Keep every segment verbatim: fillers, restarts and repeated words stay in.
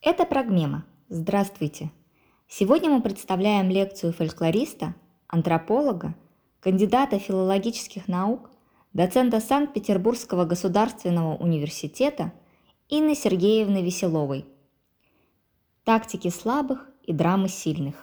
Это Прогмема. Здравствуйте! Сегодня мы представляем лекцию фольклориста, антрополога, кандидата филологических наук, доцента Санкт-Петербургского государственного университета Инны Сергеевны Веселовой. Тактики слабых и драмы сильных.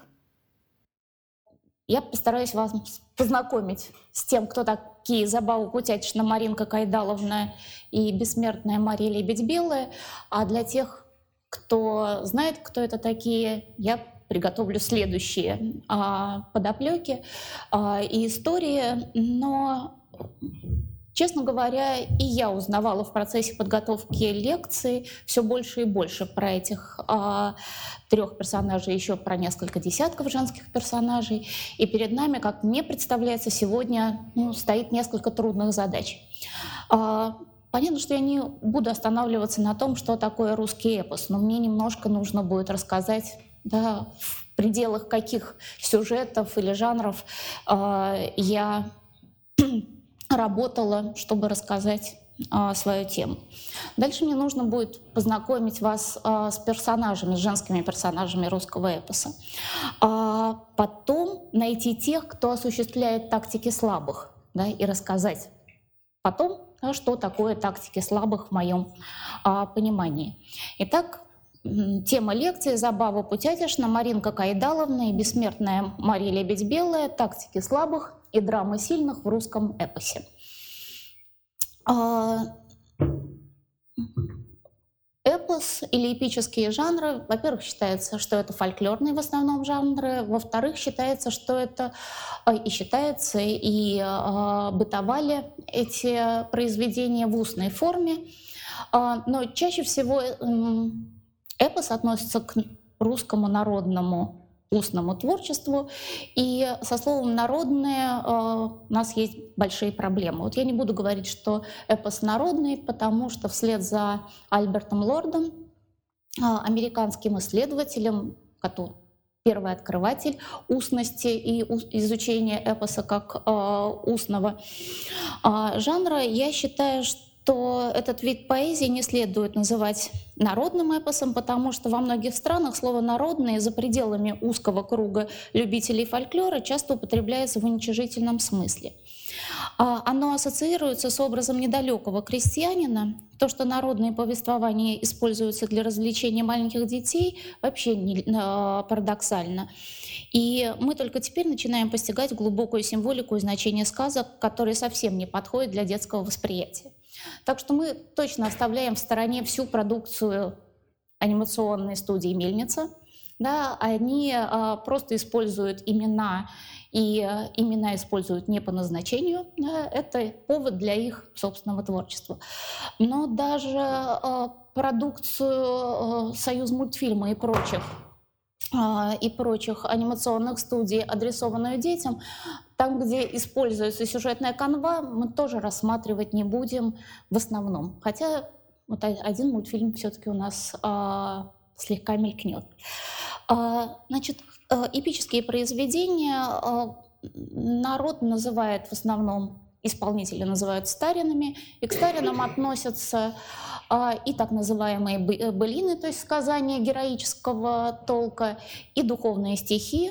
Я постараюсь вас познакомить с тем, кто такие Забава Путятишна, Маринка Кайдаловна и бессмертная Мария Лебедь-Белая. А для тех, кто знает, кто это такие, я приготовлю следующие а, подоплеки а, и истории. Но, честно говоря, и я узнавала в процессе подготовки лекции все больше и больше про этих а, трех персонажей, еще про несколько десятков женских персонажей. И перед нами, как мне представляется, сегодня ну, стоит несколько трудных задач. А, понятно, что я не буду останавливаться на том, что такое русский эпос, но мне немножко нужно будет рассказать, да, в пределах каких сюжетов или жанров а, я работала, чтобы рассказать а, свою тему. Дальше мне нужно будет познакомить вас а, с персонажами, с женскими персонажами русского эпоса. А потом найти тех, кто осуществляет тактики слабых, да, и рассказать потом, да, что такое тактики слабых в моем а, понимании. Итак, тема лекции «Забава Путятишна, Маринка Кайдаловна и бессмертная Мария Лебедь-Белая. Тактики слабых и драмы сильных в русском эпосе». Эпос или эпические жанры, во-первых, считается, что это фольклорные в основном жанры, во-вторых, считается, что это и считается, и бытовали эти произведения в устной форме, но чаще всего эпос относится к русскому народному устному творчеству, и со словом «народное» э, у нас есть большие проблемы. Вот я не буду говорить, что эпос народный, потому что вслед за Альбертом Лордом, э, американским исследователем, который первый открыватель устности и изучения эпоса как э, устного э, жанра, я считаю, что то этот вид поэзии не следует называть народным эпосом, потому что во многих странах слово «народное» за пределами узкого круга любителей фольклора часто употребляется в уничижительном смысле. Оно ассоциируется с образом недалекого крестьянина. То, что народные повествования используются для развлечения маленьких детей, вообще не парадоксально. И мы только теперь начинаем постигать глубокую символику и значение сказок, которые совсем не подходят для детского восприятия. Так что мы точно оставляем в стороне всю продукцию анимационной студии «Мельница». Да, они а, просто используют имена, и а, имена используют не по назначению. Да, это повод для их собственного творчества. Но даже а, продукцию а, «Союзмультфильма» и прочих и прочих анимационных студий, адресованную детям, там, где используется сюжетная канва, мы тоже рассматривать не будем в основном. Хотя вот один мультфильм все-таки у нас а, слегка мелькнет. А, значит, эпические произведения а, народ называет в основном, исполнители называют старинами, и к старинам относятся и так называемые былины, то есть сказания героического толка, и духовные стихи,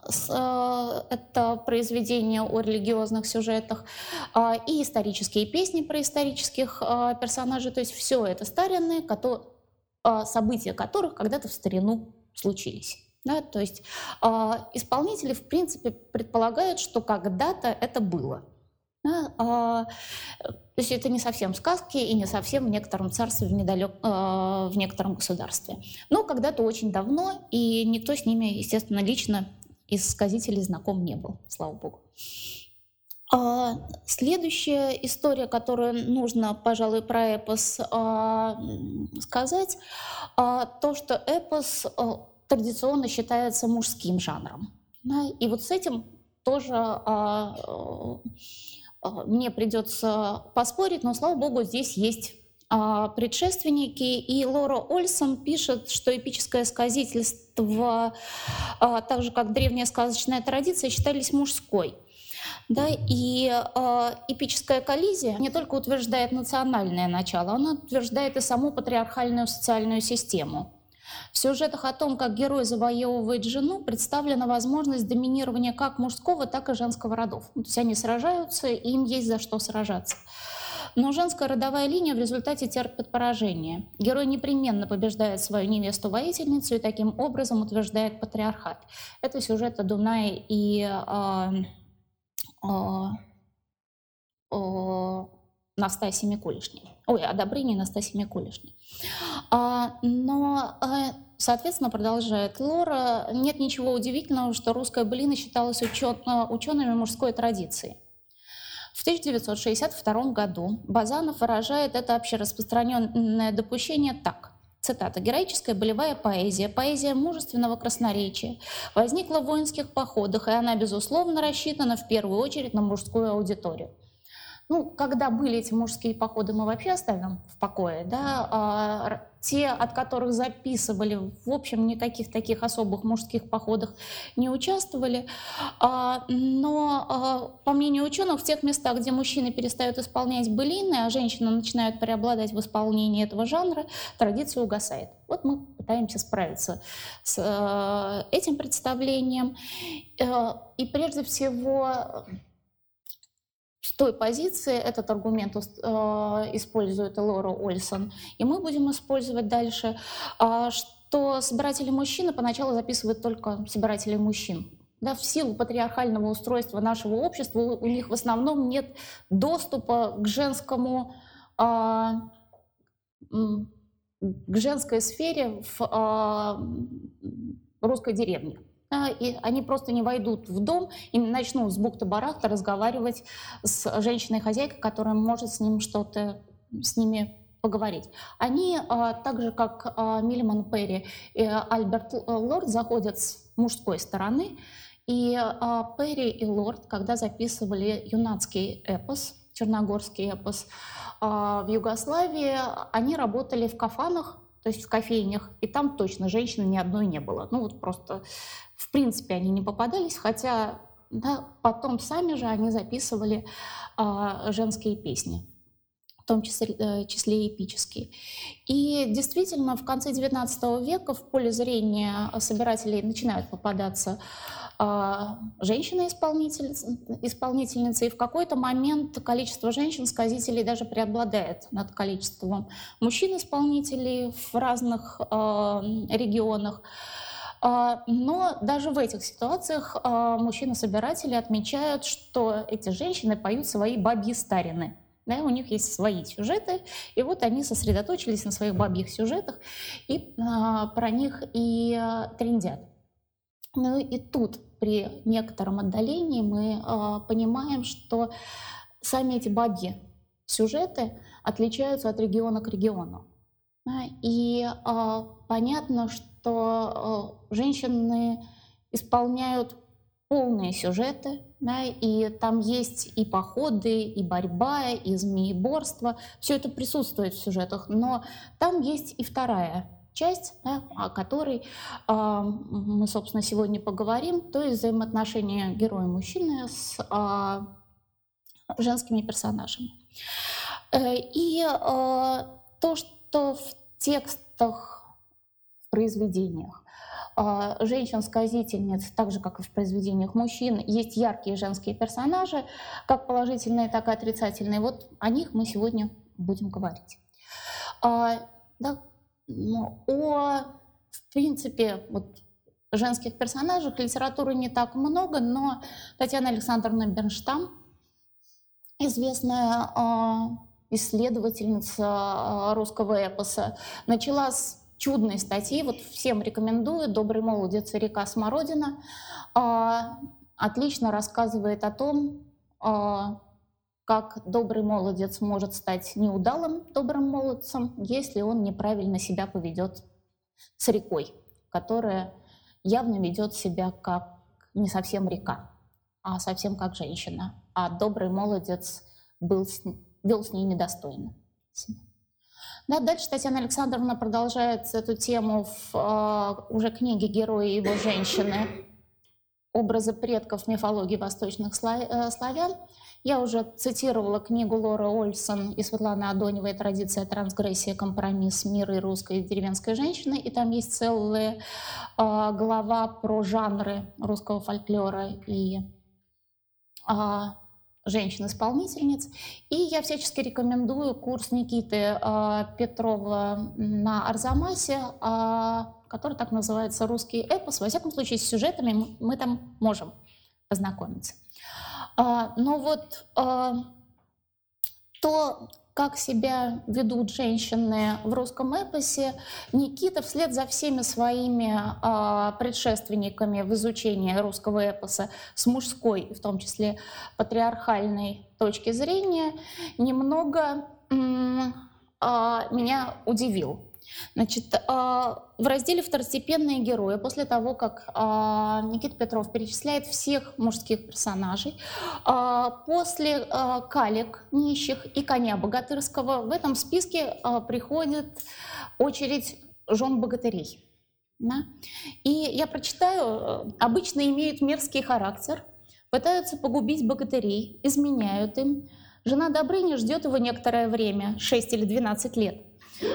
это произведения о религиозных сюжетах, и исторические песни про исторических персонажей, то есть все это старинные, события которых когда-то в старину случились. Да, то есть исполнители, в принципе, предполагают, что когда-то это было. Да, а, то есть это не совсем сказки и не совсем в некотором царстве, в, недалек, а, в некотором государстве. Но когда-то очень давно, и никто с ними, естественно, лично из сказителей знаком не был, слава богу. А, следующая история, которую нужно, пожалуй, про эпос а, сказать, а, то, что эпос а, традиционно считается мужским жанром. Да, и вот с этим тоже а, мне придется поспорить, но, слава богу, здесь есть а, предшественники. И Лора Ольсон пишет, что эпическое сказительство, а, так же как древняя сказочная традиция, считались мужской. Да, и э, эпическая коллизия не только утверждает национальное начало, она утверждает и саму патриархальную социальную систему. В сюжетах о том, как герой завоевывает жену, представлена возможность доминирования как мужского, так и женского родов. То есть они сражаются, и им есть за что сражаться. Но женская родовая линия в результате терпит поражение. Герой непременно побеждает свою невесту-воительницу и таким образом утверждает патриархат. Это сюжеты Дунай и а, а, а, Настасьи Микулишни. Ой, о Добрыне и Настасьи Микулишни. А, но, а, соответственно, продолжает Лора, нет ничего удивительного, что русская былина считалась учен, учеными мужской традицией. В тысяча девятьсот шестьдесят втором году Базанов выражает это общераспространенное допущение так. Цитата. «Героическая болевая поэзия, поэзия мужественного красноречия возникла в воинских походах, и она, безусловно, рассчитана в первую очередь на мужскую аудиторию». Ну, когда были эти мужские походы, мы вообще оставим в покое, да, а, те, от которых записывали, в общем, никаких таких особых мужских походах не участвовали, а, но, а, по мнению ученых, в тех местах, где мужчины перестают исполнять былины, а женщины начинают преобладать в исполнении этого жанра, традиция угасает. Вот мы пытаемся справиться с а, этим представлением, и прежде всего с той позиции этот аргумент э, использует Лора Ольсон, и мы будем использовать дальше, э, что собиратели мужчины поначалу записывают только собирателей мужчин. Да, в силу патриархального устройства нашего общества у них в основном нет доступа к женскому, э, к женской сфере в э, русской деревне. И они просто не войдут в дом и начнут с бухты-барахта разговаривать с женщиной-хозяйкой, которая может с ним что-то, с ними поговорить. Они, так же как Миллиман Перри и Альберт Лорд, заходят с мужской стороны. И Перри и Лорд, когда записывали юнацкий эпос, черногорский эпос в Югославии, они работали в кафанах, то есть в кофейнях, и там точно женщины ни одной не было. Ну вот просто, в принципе, они не попадались, хотя да, потом сами же они записывали а, женские песни, в том числе, э, числе эпические. И действительно, в конце девятнадцатого века в поле зрения собирателей начинают попадаться а, женщины-исполнительницы, исполнительницы, и в какой-то момент количество женщин-сказителей даже преобладает над количеством мужчин-исполнителей в разных а, регионах. А, но даже в этих ситуациях а, мужчины-собиратели отмечают, что эти женщины поют свои бабьи старины. Да, у них есть свои сюжеты, и вот они сосредоточились на своих бабьих сюжетах и а, про них и а, трындят. Ну и тут при некотором отдалении мы а, понимаем, что сами эти бабьи сюжеты отличаются от региона к региону. Да, и а, понятно, что а, женщины исполняют полные сюжеты, да, и там есть и походы, и борьба, и змееборство. Все это присутствует в сюжетах, но там есть и вторая часть, да, о которой э, мы, собственно, сегодня поговорим, то есть взаимоотношения героя-мужчины с э, женскими персонажами. Э, и э, то, что в текстах, в произведениях э, женщин-сказительниц, так же, как и в произведениях мужчин, есть яркие женские персонажи, как положительные, так и отрицательные. Вот о них мы сегодня будем говорить. Э, да, О, в принципе, вот, женских персонажах литературы не так много, но Татьяна Александровна Бернштам, известная э, исследовательница э, русского эпоса, начала с чудной статьи, вот всем рекомендую, «Добрый молодец и река Смородина», э, отлично рассказывает о том, э, как добрый молодец может стать неудалым добрым молодцем, если он неправильно себя поведет с рекой, которая явно ведет себя как не совсем река, а совсем как женщина. А добрый молодец был с, вел с ней недостойно. Да, дальше Татьяна Александровна продолжает эту тему в э, уже книге «Герои и его женщины». образы предков в мифологии восточных сла- э, славян. Я уже цитировала книгу Лоры Ольсон и Светланы Адоневой «Традиция, трансгрессия, компромисс мира и русской и деревенской женщины». И там есть целая э, глава про жанры русского фольклора и э, женщин-исполнительниц. И я всячески рекомендую курс Никиты э, Петрова на Арзамасе, э, который так называется «Русский эпос». Во всяком случае, с сюжетами мы, мы там можем познакомиться. А, но вот а, то, как себя ведут женщины в русском эпосе, Никита вслед за всеми своими а, предшественниками в изучении русского эпоса с мужской, в том числе патриархальной точки зрения, немного м, а, меня удивил. Значит, в разделе «Второстепенные герои», после того, как Никита Петров перечисляет всех мужских персонажей, после калек нищих и коня богатырского в этом списке приходит очередь жен богатырей. Да? И я прочитаю, обычно имеют мерзкий характер, пытаются погубить богатырей, изменяют им. Жена Добрыни ждет его некоторое время, шесть или двенадцать лет.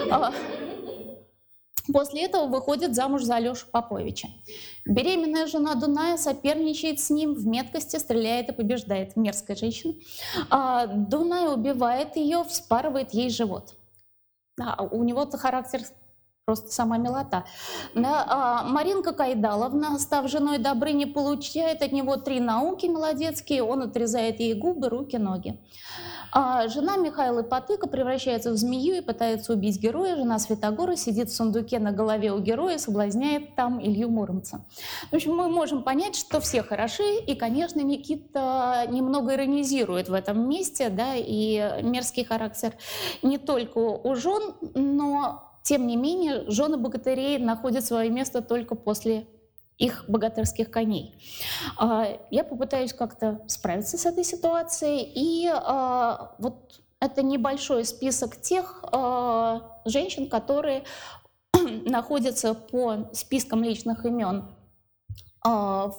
После этого выходит замуж за Алешу Поповича. Беременная жена Дуная соперничает с ним в меткости, стреляет и побеждает. Мерзкая женщина. А Дунай убивает ее, вспарывает ей живот. А у него-то характер просто сама милота. Да, а Маринка Кайдаловна, став женой Добрыни, получает от него три науки молодецкие. Он отрезает ей губы, руки, ноги. А жена Михаила Потыка превращается в змею и пытается убить героя. Жена Святогора сидит в сундуке на голове у героя, соблазняет там Илью Муромца. В общем, мы можем понять, что все хороши, и, конечно, Никита немного иронизирует в этом месте, да, и мерзкий характер не только у жен, но, тем не менее, жены богатырей находят свое место только после их богатырских коней. Я попытаюсь как-то справиться с этой ситуацией. И вот это небольшой список тех женщин, которые находятся по спискам личных имен в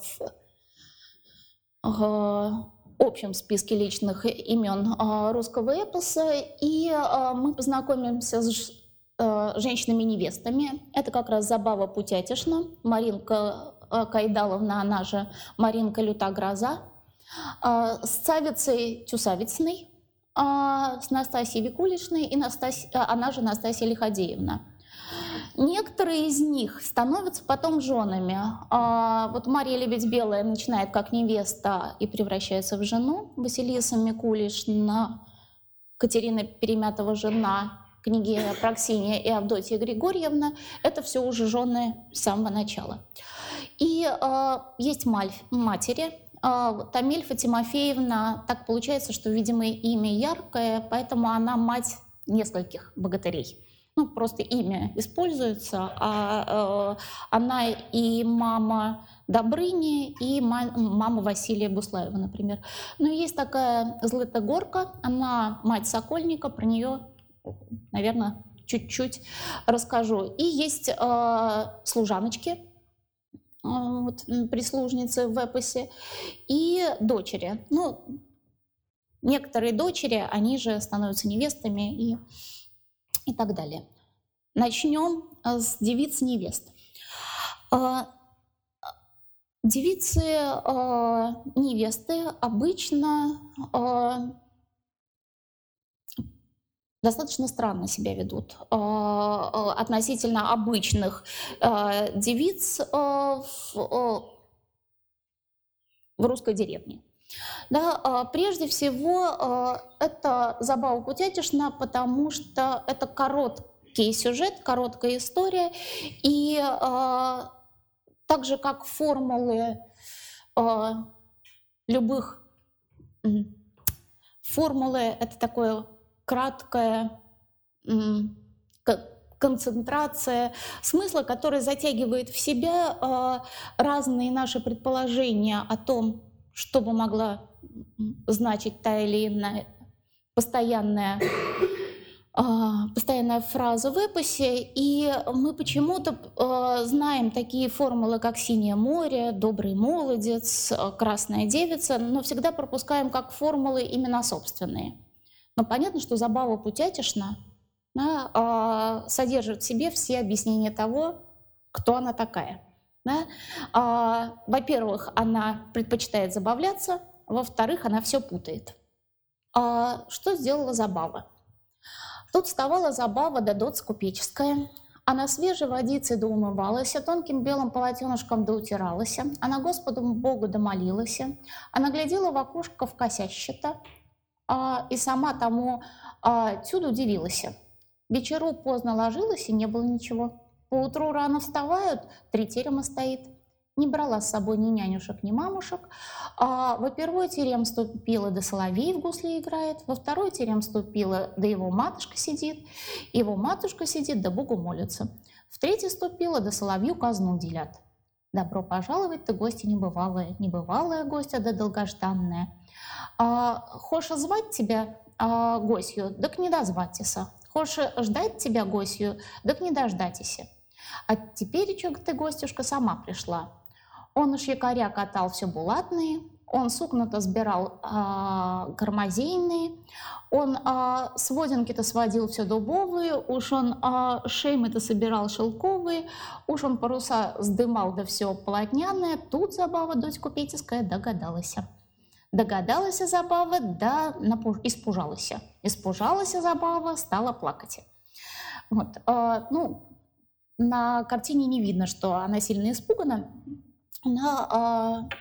общем списке личных имен русского эпоса. И мы познакомимся с женщинами-невестами. Это как раз Забава Путятишна, Маринка Кайдаловна, она же Маринка Люта-Гроза, с Цавицей Тюсавицной, с Настасьей Викуличной, и Настасья, она же Настасья Лиходеевна. Некоторые из них становятся потом женами. Вот Мария Лебедь-Белая начинает как невеста и превращается в жену. Василиса Микулишна, Катерина Перемятова жена, княгиня Проксиния и Авдотья Григорьевна — это все уже жены с самого начала. И э, есть маль, матери. Э, Тамильфа Тимофеевна, так получается, что, видимо, имя яркое, поэтому она мать нескольких богатырей. Ну, просто имя используется, а э, она и мама Добрыни, и ма- мама Василия Буслаева, например. Но есть такая Златогорка, она мать Сокольника, про нее, наверное, чуть-чуть расскажу. И есть э, служаночки, э, вот, прислужницы в эпосе, и дочери. Ну, некоторые дочери, они же становятся невестами и, и так далее. Начнем с девиц-невест. Э, девицы-невесты э, обычно э, достаточно странно себя ведут э, относительно обычных э, девиц э, в, э, в русской деревне. Да, э, прежде всего, э, это Забава Путятишна, потому что это короткий сюжет, короткая история, и э, так же, как формулы э, любых... Формулы — это такое краткая концентрация смысла, который затягивает в себя э, разные наши предположения о том, что бы могла значить та или иная постоянная а, постоянная фраза в эпосе, и мы почему-то э, знаем такие формулы, как «синее море», «добрый молодец», э, «красная девица», но всегда пропускаем как формулы именно собственные. Но понятно, что «Забава Путятишна», да, а, содержит в себе все объяснения того, кто она такая. Да? А, во-первых, она предпочитает забавляться, во-вторых, она все путает. А, что сделала Забава? Тут вставала Забава да доц купеческая. Она свежей водицей да умывалась, тонким белым полотенышком да утиралась, она Господу Богу да молилась, она глядела в окошко в косящето, а, и сама тому а, тюду удивилась. Вечеру поздно ложилась, и не было ничего. Поутру рано вставают, три терема стоит. Не брала с собой ни нянюшек, ни мамушек. А во первой терем ступила, да соловей в гусле играет. Во второй терем ступила, да его матушка сидит. Его матушка сидит, да Богу молится. В третий ступила, да соловью казну делят. Добро пожаловать, ты гости небывалая, небывалая гостья, да долгожданная. А, хошь звать тебя а, гостью, так не дозватися. Хошь ждать тебя гостью, так не дождатися. А теперь, чё ты, гостюшка, сама пришла. Он уж якоря катал все булатные, он сукна-то сбирал а, кармазейные, он а, сводинки-то сводил все дубовые, уж он а, шеймы-то собирал шелковые, уж он паруса сдымал, да все полотняное. Тут Забава, дочь купеческая, догадалась. Догадалась Забава, да напуж... испужалась. Испужалась Забава, стала плакать. Вот, а, ну, на картине не видно, что она сильно испугана. Она, а,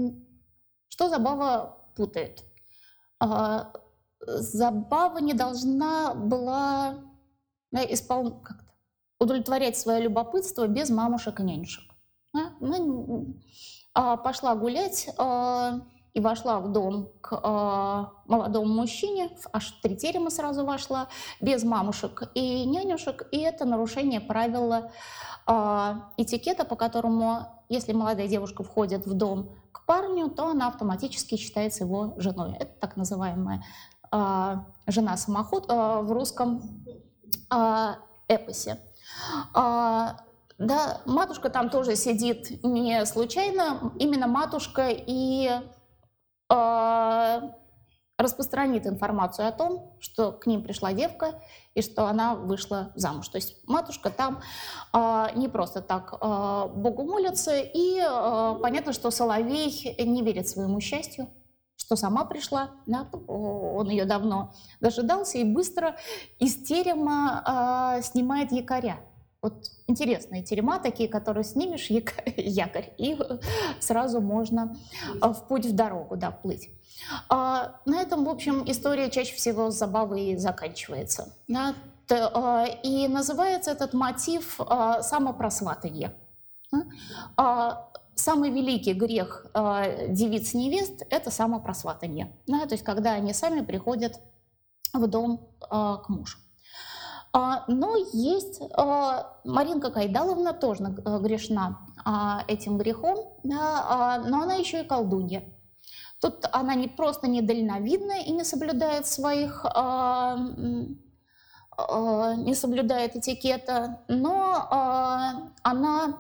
что Забава путает? А, Забава не должна была, да, испол... как-то удовлетворять свое любопытство без мамушек и нянюшек. Да? Она а, пошла гулять а, и вошла в дом к а, молодому мужчине, аж в три терема сразу вошла, без мамушек и нянюшек, и это нарушение правила а, этикета, по которому, если молодая девушка входит в дом к парню, то она автоматически считается его женой. Это так называемая а, жена-самоход а, в русском а, эпосе. А, да, матушка там тоже сидит не случайно, именно матушка и а, распространит информацию о том, что к ним пришла девка и что она вышла замуж. То есть матушка там а, не просто так а, Богу молится, и а, понятно, что соловей не верит своему счастью, что сама пришла, да, он ее давно дожидался и быстро из терема а, снимает якоря. Вот интересные терема, такие, которые снимешь якорь, и сразу можно в путь, в дорогу, да, плыть. А, на этом, в общем, история чаще всего с Забавой заканчивается. Да? И называется этот мотив а, самопросватанье. А, самый великий грех а, девиц-невест – это самопросватанье. Да? То есть когда они сами приходят в дом а, к мужу. А, но есть а, Маринка Кайдаловна, тоже а, грешна а, этим грехом, да, а, но она еще и колдунья. Тут она не просто недальновидная и не соблюдает своих, а, а, не соблюдает этикета, но а, она,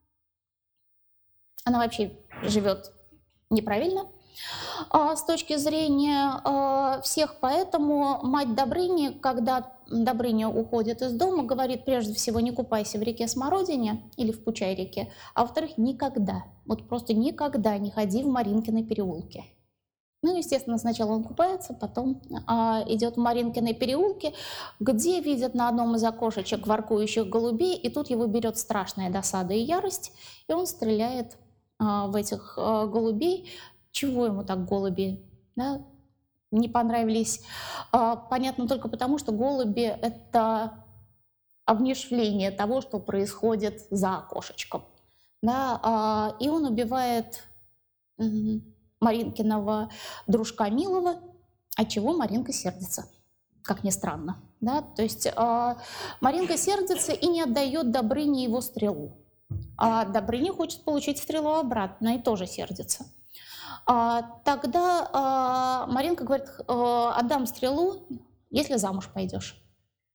она вообще живет неправильно а, с точки зрения а, всех, поэтому мать Добрыни, когда Добрыня уходит из дома, говорит прежде всего: не купайся в реке Смородине или в Пучай реке, а во-вторых, никогда, вот просто никогда не ходи в Маринкины переулки. Ну, естественно, сначала он купается, потом а, идет в Маринкины переулки, где видят на одном из окошечек воркующих голубей, и тут его берет страшная досада и ярость, и он стреляет а, в этих а, голубей. Чего ему так голуби, да, не понравились? А, понятно только потому, что голуби — это обнишвление того, что происходит за окошечком. Да, а, и он убивает Маринкиного дружка Милого, отчего Маринка сердится, как ни странно. Да? То есть а, Маринка сердится и не отдает Добрыне его стрелу. А Добрыня хочет получить стрелу обратно и тоже сердится. А, тогда а, Маринка говорит: отдам стрелу, если замуж пойдешь.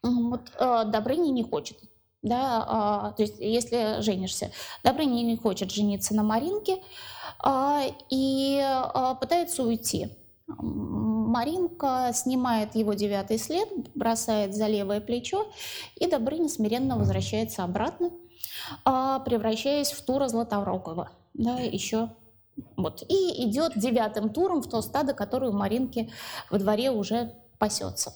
М, Вот э, Добрыня не хочет. Да, а, то есть если женишься, Добрыня не хочет жениться на Маринке а, и а, пытается уйти. М, Маринка снимает его девятый след, бросает за левое плечо, и Добрыня смиренно возвращается обратно, а, превращаясь в Тура Златорогова. Да, еще вот. И идет девятым туром в то стадо, которое у Маринки во дворе уже пасется.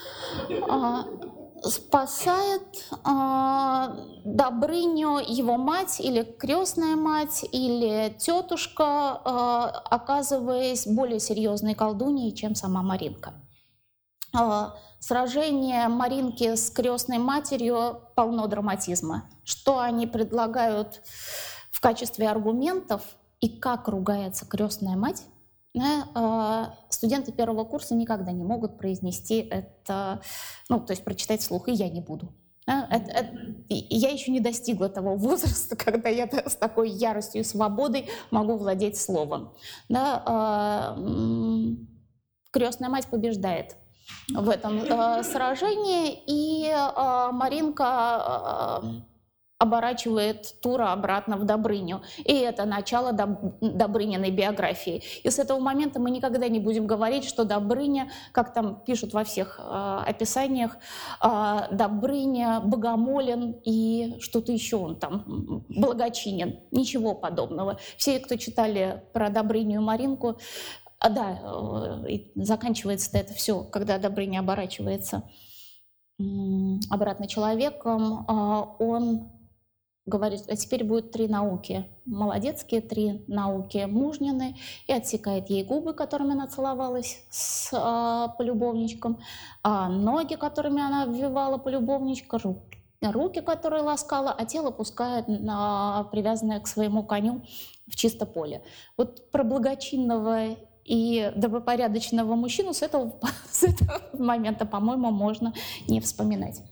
А, Спасает а, Добрыню его мать или крестная мать или тетушка, а, оказываясь более серьезной колдуньей, чем сама Маринка. А, Сражение Маринки с крестной матерью полно драматизма. Что они предлагают в качестве аргументов и как ругается крестная мать, да, а, студенты первого курса никогда не могут произнести это, ну, то есть прочитать вслух, и я не буду. Да, это- это- и я еще не достигла того возраста, когда я с такой яростью и свободой могу владеть словом. Да, а, м, крестная мать побеждает в этом э, сражении, и э, Маринка э, оборачивает Тура обратно в Добрыню. И это начало Доб- Добрыниной биографии. И с этого момента мы никогда не будем говорить, что Добрыня, как там пишут во всех э, описаниях, э, Добрыня богомолен и что-то еще он там м, благочинен. Ничего подобного. Все, кто читали про Добрыню и Маринку, а, да, э, и заканчивается это все, когда Добрыня оборачивается м, обратно человеком, а, он говорит, а теперь будет три науки. Молодецкие три науки Мужнины, и отсекает ей губы, которыми она целовалась с а, полюбовничком, а ноги, которыми она обвивала полюбовничка, ру- руки, которые ласкала, а тело пускает на, привязанное к своему коню в чисто поле. Вот про благочинного и добропорядочного мужчину с этого, с этого момента, по-моему, можно не вспоминать.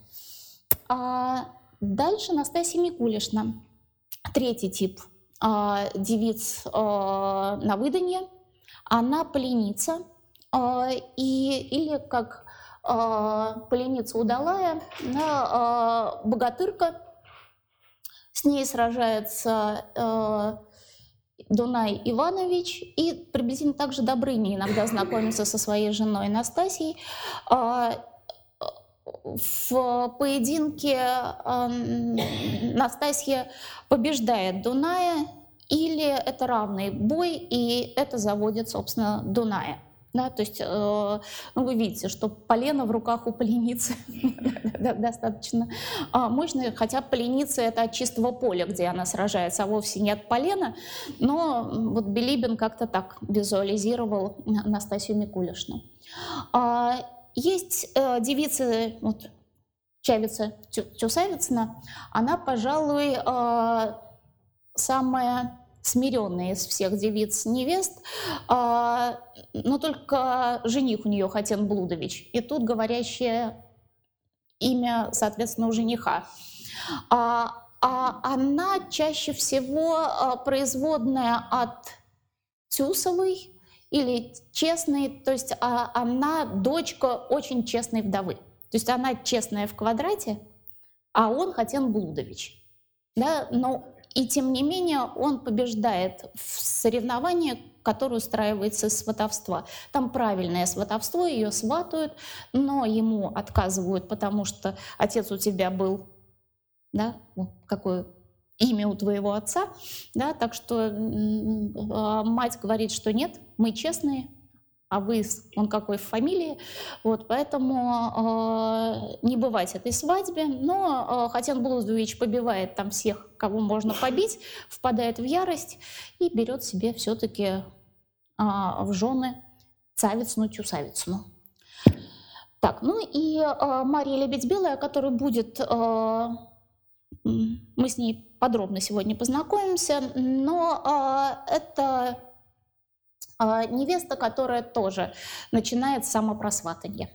А дальше Настасья Микулишна. Третий тип а, девиц а, на выданье. Она поленица, а, и, или как а, поленица удалая, да, а, богатырка. С ней сражается а, Дунай Иванович, и приблизительно так же Добрыня иногда знакомится со своей женой Настасьей. А, В поединке а, Настасья побеждает Дуная, или это равный бой, и это заводит, собственно, Дуная. Да, то есть э, ну, вы видите, что полено в руках у поленицы достаточно а, мощное, хотя поленица — это от чистого поля, где она сражается, а вовсе не от полена. Но вот Билибин как-то так визуализировал Настасью Микулишну. А, Есть э, девицы, вот, Чавица Тю- Тюсавицына, она, пожалуй, э, самая смиренная из всех девиц-невест, а, но только жених у нее Хатен Блудович, и тут говорящее имя, соответственно, у жениха. А, а она чаще всего а, производная от Тюсовой или честной, то есть а, она дочка очень честной вдовы. То есть она честная в квадрате, а он Хатен Блудович. Да? Но и тем не менее он побеждает в соревновании, которое устраивается из сватовства. Там правильное сватовство, ее сватают, но ему отказывают, потому что отец у тебя был, да, вот какое имя у твоего отца, да, так что м, а, мать говорит, что нет, мы честные, а вы, с- он какой в фамилии, вот, поэтому э, не бывать этой свадьбе, но э, Хатен Блудович побивает там всех, кого можно побить, впадает в ярость и берет себе все-таки в жены Цавицыну Тюсавицыну. Так, ну и э, Мария Лебедь-Белая, которая будет, э, м, мы с ней подробно сегодня познакомимся, но э, это а, невеста, которая тоже начинает с самопросватания.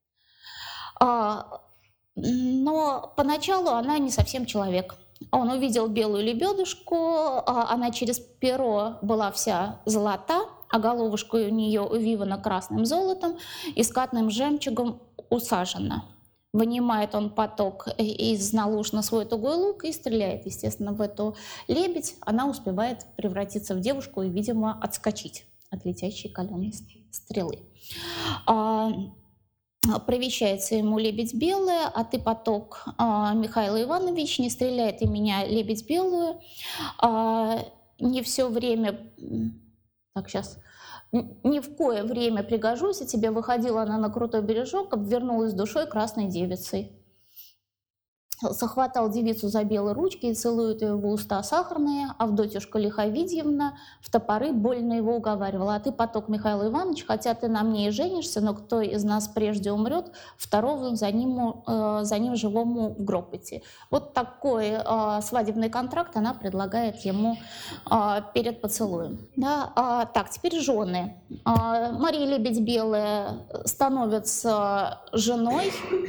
А, Но поначалу она не совсем человек. Он увидел белую лебедушку, а она через перо была вся золота, а головушка у нее увивана красным золотом и скатным жемчугом усажена. вынимает он поток из налуж на свой тугой лук и стреляет, естественно, в эту лебедь. Она успевает превратиться в девушку и, видимо, отскочить от летящей каленой стрелы. А, Провещается ему лебедь белая, а ты, поток, а, Михаил Иванович, не стреляет и меня, лебедь белую. А, не все время... Так, сейчас... Ни в кое время пригожусь, и тебе выходила она на крутой бережок, обвернулась душой красной девицей. Захватал девицу за белые ручки и целует ее в уста сахарные. Авдотьюшка Лиховидьевна в топоры больно его уговаривала. А ты, поток, Михаил Иванович, хотя ты на мне и женишься, но кто из нас прежде умрет, второго за ним, э, за ним живому в гроб идти. Вот такой э, свадебный контракт она предлагает ему э, перед поцелуем. Да, а, так, теперь жены. А, Мария Лебедь Белая становится женой.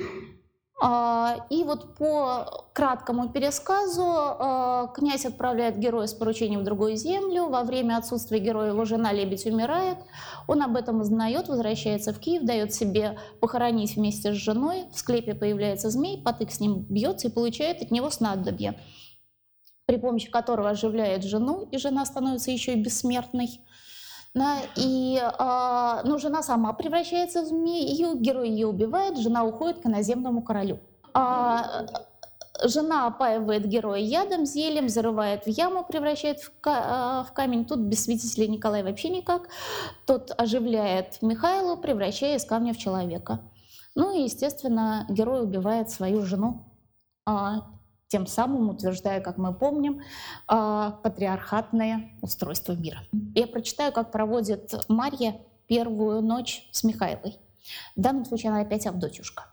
И вот по краткому пересказу князь отправляет героя с поручением в другую землю. Во время отсутствия героя его жена Лебедь умирает. Он об этом узнает, возвращается в Киев, дает себе похоронить вместе с женой. В склепе появляется змей, потык с ним бьется и получает от него снадобье, при помощи которого оживляет жену, и жена становится еще и бессмертной. Да, и э, ну, жена сама превращается в змею, герой ее убивает, жена уходит к иноземному королю. А, жена опаивает героя ядом, зельем, зарывает в яму, превращает в, ка- в камень. Тут без свидетелей Николай вообще никак. Тот оживляет Михаила, превращая из камня в человека. Ну и, естественно, герой убивает свою жену, а, тем самым утверждая, как мы помним, патриархатное устройство мира. Я прочитаю, как проводит Марья первую ночь с Михайлой. В данном случае она опять Авдотьюшка.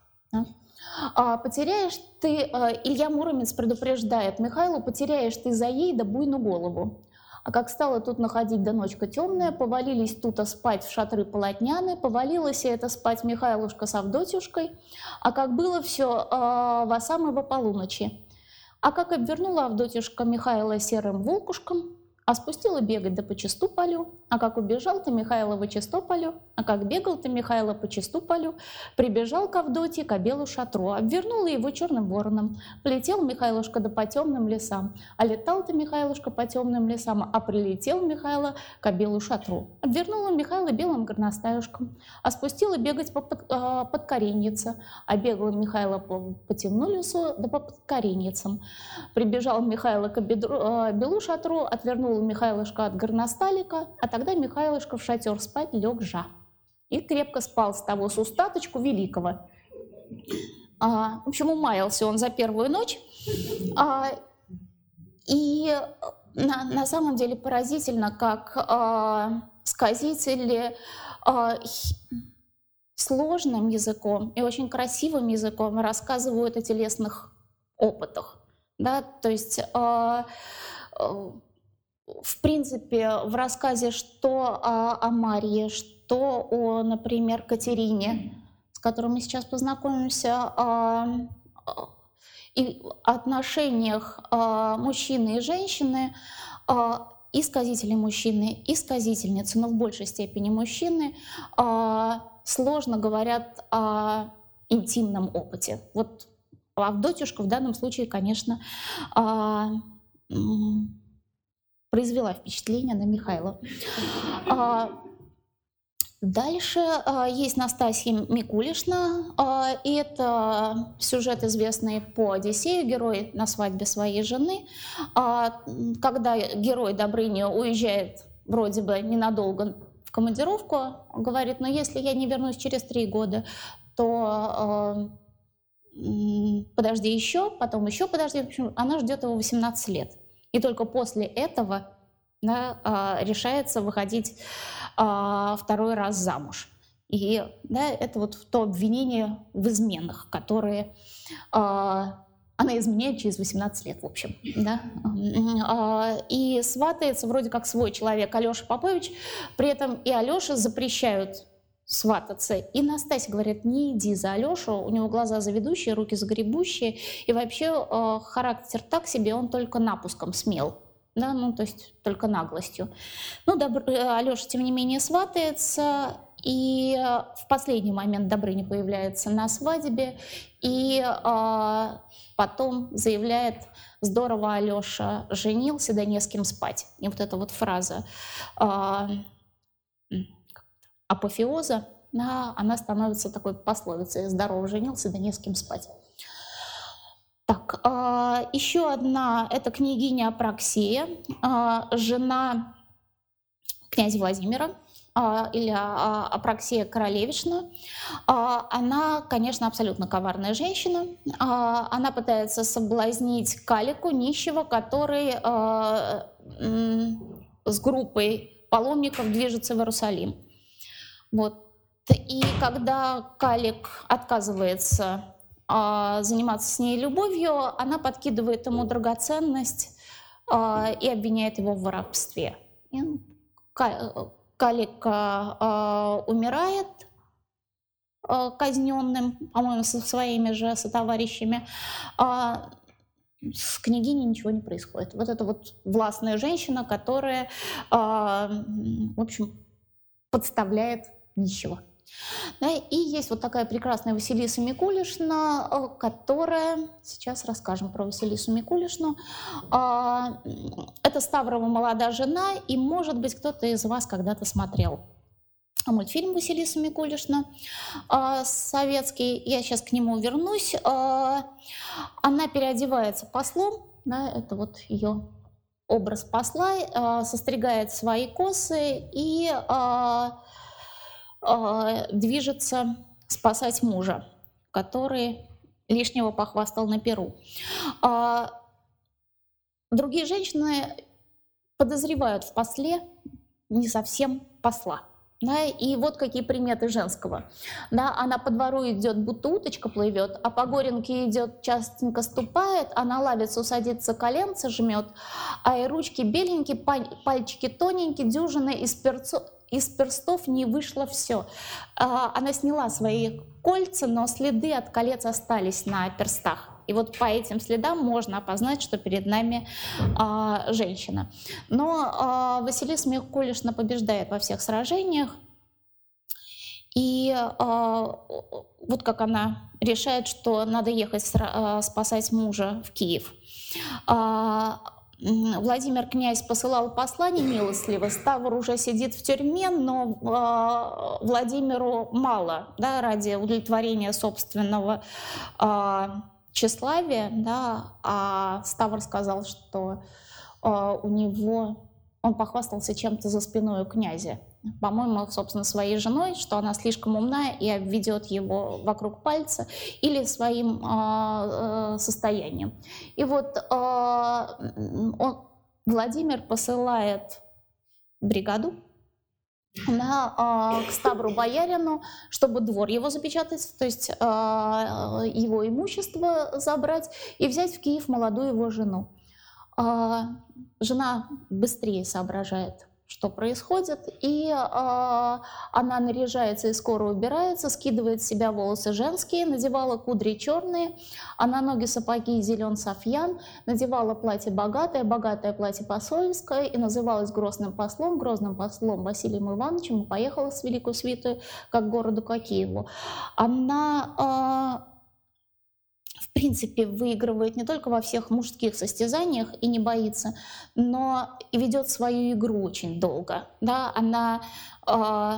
«Потеряешь ты, Илья Муромец предупреждает Михайлу, потеряешь ты за ей да буйну голову. А как стало тут находить да ночка темная, повалились тут спать в шатры полотняны, повалилась и это спать Михайлушка с Авдотьюшкой, а как было все во самой полуночи. А как обвернула Авдотьюшка Михайла серым волкушком, а спустила бегать да по чисту полю, а как убежал ты Михайло во чисто полю, а как бегал ты Михайло по чисту полю, прибежал к Авдотье, к белу шатру, обвернула его черным вороном, полетел Михайлушка да по темным лесам, а летал ты Михайлушка по темным лесам, а прилетел Михайло к белу шатру, обвернула Михайло белым горностаюшком, а спустила бегать по под, а, подкореннице, а бегала Михайло по, по темну лесу да по подкоренницам, прибежал Михайло к бедру, а, белу шатру, отвернул Михайлушка от горносталика, а тогда Михайлушка в шатер спать лег жа. И крепко спал с того с устаточку великого. А, в общем, умаялся он за первую ночь. А, и на, на самом деле поразительно, как а, сказители а, сложным языком и очень красивым языком рассказывают о телесных опытах. Да? То есть... А, а, В принципе, в рассказе что о, о Марье, что о, например, Катерине, с которой мы сейчас познакомимся, о, и отношениях о, мужчины и женщины, о, и сказители мужчины, и сказительницы, но в большей степени мужчины, о, сложно говорят о интимном опыте. Вот Авдотьюшка в данном случае, конечно, о, произвела впечатление на Михайла. Дальше есть Настасья Микулишна, и это сюжет, известный по Одиссею, герой на свадьбе своей жены. Когда герой Добрыня уезжает вроде бы ненадолго в командировку, говорит, но если я не вернусь через три года, то подожди еще, потом еще подожди. В общем, она ждет его восемнадцать лет. И только после этого, да, решается выходить второй раз замуж. И да, это вот то обвинение в изменах, которые она изменяет через восемнадцать лет, в общем. Да? И сватается вроде как свой человек Алеша Попович, при этом и Алёше запрещают свататься. И Настасья говорит, не иди за Алешу, у него глаза заведущие, руки загребущие, и вообще э, характер так себе, он только напуском смел, да, ну то есть только наглостью. Ну, Алеша, тем не менее, сватается, и в последний момент Добрыня появляется на свадьбе и а, потом заявляет: «Здорово, Алёша, женился, да не с кем спать». И вот эта вот фраза а, апофеоза, да, она становится такой пословицей: «Здорово, женился, да не с кем спать». Так, а, еще одна — это княгиня Апраксея, а, жена князя Владимира, а, или а, Апраксея Королевична. А, Она, конечно, абсолютно коварная женщина. А, Она пытается соблазнить Калику, нищего, который а, м, с группой паломников движется в Иерусалим. Вот. И когда Калик отказывается а, заниматься с ней любовью, она подкидывает ему драгоценность а, и обвиняет его в воровстве. И Ка- Калик а, а, умирает а, казненным, по-моему, со своими же сотоварищами. А, с княгиней ничего не происходит. Вот это вот властная женщина, которая, а, м, в общем, подставляет нищего. Да, и есть вот такая прекрасная Василиса Микулишна, э, которая... Сейчас расскажем про Василису Микулишну. А, м, Это Ставрова молодая жена, и, может быть, кто-то из вас когда-то смотрел мультфильм «Василиса Микулишна» а, советский. Я сейчас к нему вернусь. А, Она переодевается послом, да, это вот ее образ посла, а, состригает свои косы и а, а, движется спасать мужа, который лишнего похвастал на перу. А, Другие женщины подозревают в после не совсем посла. Да, и вот какие приметы женского. Да, она по двору идет, будто уточка плывет, а по горенке идет, частенько ступает, а на лавицу садится, коленца жмет, а и ручки беленькие, пальчики тоненькие, дюжины из перцов, из перстов не вышло все. Она сняла свои кольца, но следы от колец остались на перстах. И вот по этим следам можно опознать, что перед нами а, женщина. Но а, Василиса Микулишна побеждает во всех сражениях. И а, вот как она решает, что надо ехать сра- спасать мужа в Киев. А, Владимир князь посылал посла немилостливо, Ставр уже сидит в тюрьме, но э, Владимиру мало, да, ради удовлетворения собственного э, тщеславия, да, а Ставр сказал, что э, у него, он похвастался чем-то за спиной у князя. По-моему, собственно, своей женой, что она слишком умная и обведет его вокруг пальца, или своим э, э, состоянием. И вот э, он, Владимир посылает бригаду на, э, к Ставру боярину, чтобы двор его запечатать, то есть э, его имущество забрать и взять в Киев молодую его жену. Э, жена быстрее соображает, что происходит, и э, она наряжается и скоро убирается, скидывает с себя волосы женские, надевала кудри черные, а на ноги сапоги зелен софьян, надевала платье богатое, богатое платье посольское, и называлась грозным послом, грозным послом Василием Ивановичем, и поехала с великой свитой как к городу, к Киеву. Она... Э, в принципе, выигрывает не только во всех мужских состязаниях и не боится, но и ведет свою игру очень долго. Да? Она э,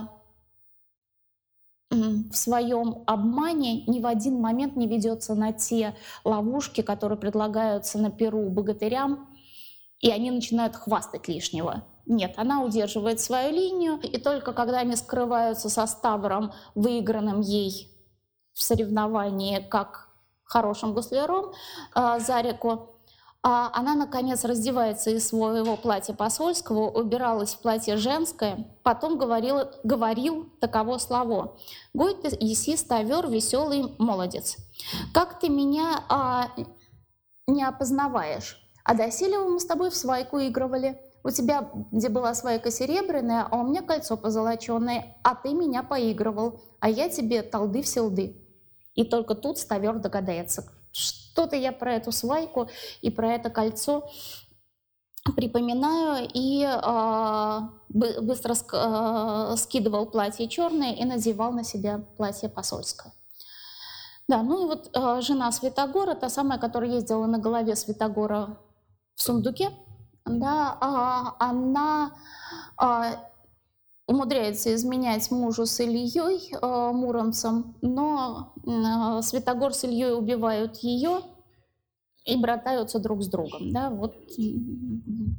в своем обмане ни в один момент не ведется на те ловушки, которые предлагаются на перу богатырям, и они начинают хвастать лишнего. Нет, она удерживает свою линию, и только когда они скрываются со Ставром, выигранным ей в соревновании как хорошим гусляром э, за реку, а она, наконец, раздевается из своего платья посольского, убиралась в платье женское, потом говорил, говорил таково слово: «Гой ты, еси, Ставер, веселый молодец, как ты меня а, не опознаваешь? А доселе мы с тобой в свайку игрывали. У тебя, где была свайка серебряная, а у меня кольцо позолоченное, а ты меня поигрывал, а я тебе талды в селды». И только тут Ставер догадается, что-то я про эту свайку и про это кольцо припоминаю, и э, бы- быстро ск- э, скидывал платье черное и надевал на себя платье посольское. Да, ну и вот э, жена Святогора, та самая, которая ездила на голове Святогора в сундуке, да, а, она а, умудряется изменять мужу с Ильей э, Муромцем, но м, э, Святогор с Ильей убивают ее и братаются друг с другом. Да, вот. М,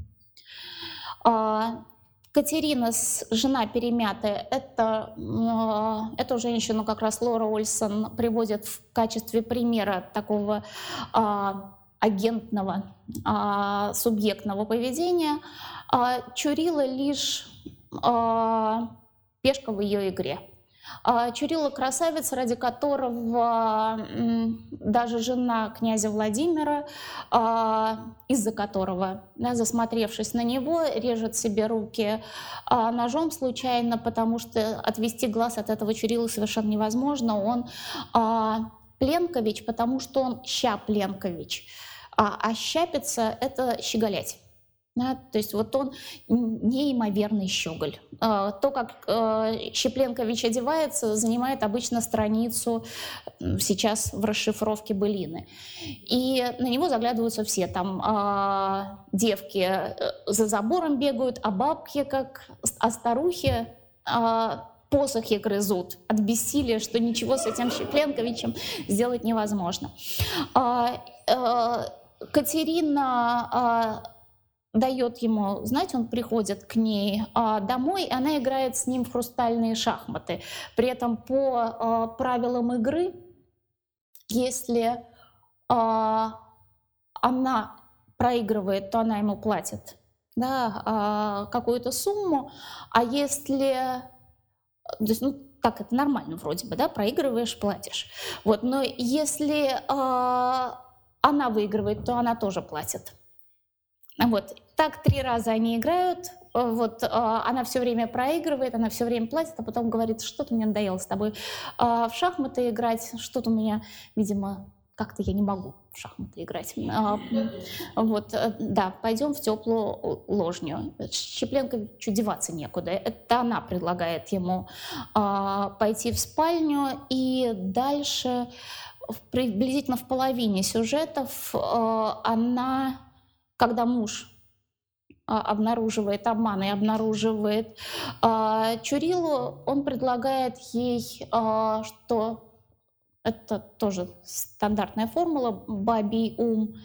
а, Катерина, с- жена перемятая, это, м, эту женщину как раз Лора Ольсон приводит в качестве примера такого а, агентного, а, субъектного поведения. А Чурила лишь а, пешка в ее игре. А Чурила красавец, ради которого м, даже жена князя Владимира, а, из-за которого, да, засмотревшись на него, режет себе руки а, ножом случайно, потому что отвести глаз от этого Чурила совершенно невозможно. Он а, Пленкович, потому что он ща Пленкович, а, а щапица — это щеголять. Да, то есть вот он н- неимоверный щеголь. А, То, как э, Щепленкович одевается, занимает обычно страницу м, сейчас в расшифровке былины. И на него заглядываются все. Там а, девки э, за забором бегают, а бабки, как с- а старухи а, посохи грызут от бессилия, что ничего с этим Щепленковичем сделать невозможно. А, э, Катерина а, дает ему знать, он приходит к ней а, домой, и она играет с ним в хрустальные шахматы. При этом по а, правилам игры, если а, она проигрывает, то она ему платит, да, а, какую-то сумму, а если... То есть, ну, так это нормально вроде бы, да, проигрываешь, платишь. Вот, но если а, она выигрывает, то она тоже платит. Вот. Так три раза они играют. э, Вот, а, она все время проигрывает, она все время платит, а потом говорит: что-то мне надоело с тобой а, в шахматы играть, что-то у меня, видимо, как-то я не могу в шахматы играть. А, м, Вот, э, да, пойдем в теплую ложню. Щепленковичу деваться некуда. Это она предлагает ему а, пойти в спальню, и дальше в- приблизительно в половине сюжетов а, она, когда муж а, обнаруживает обман и обнаруживает а, Чурилу, он предлагает ей, а, что это тоже стандартная формула, бабий ум.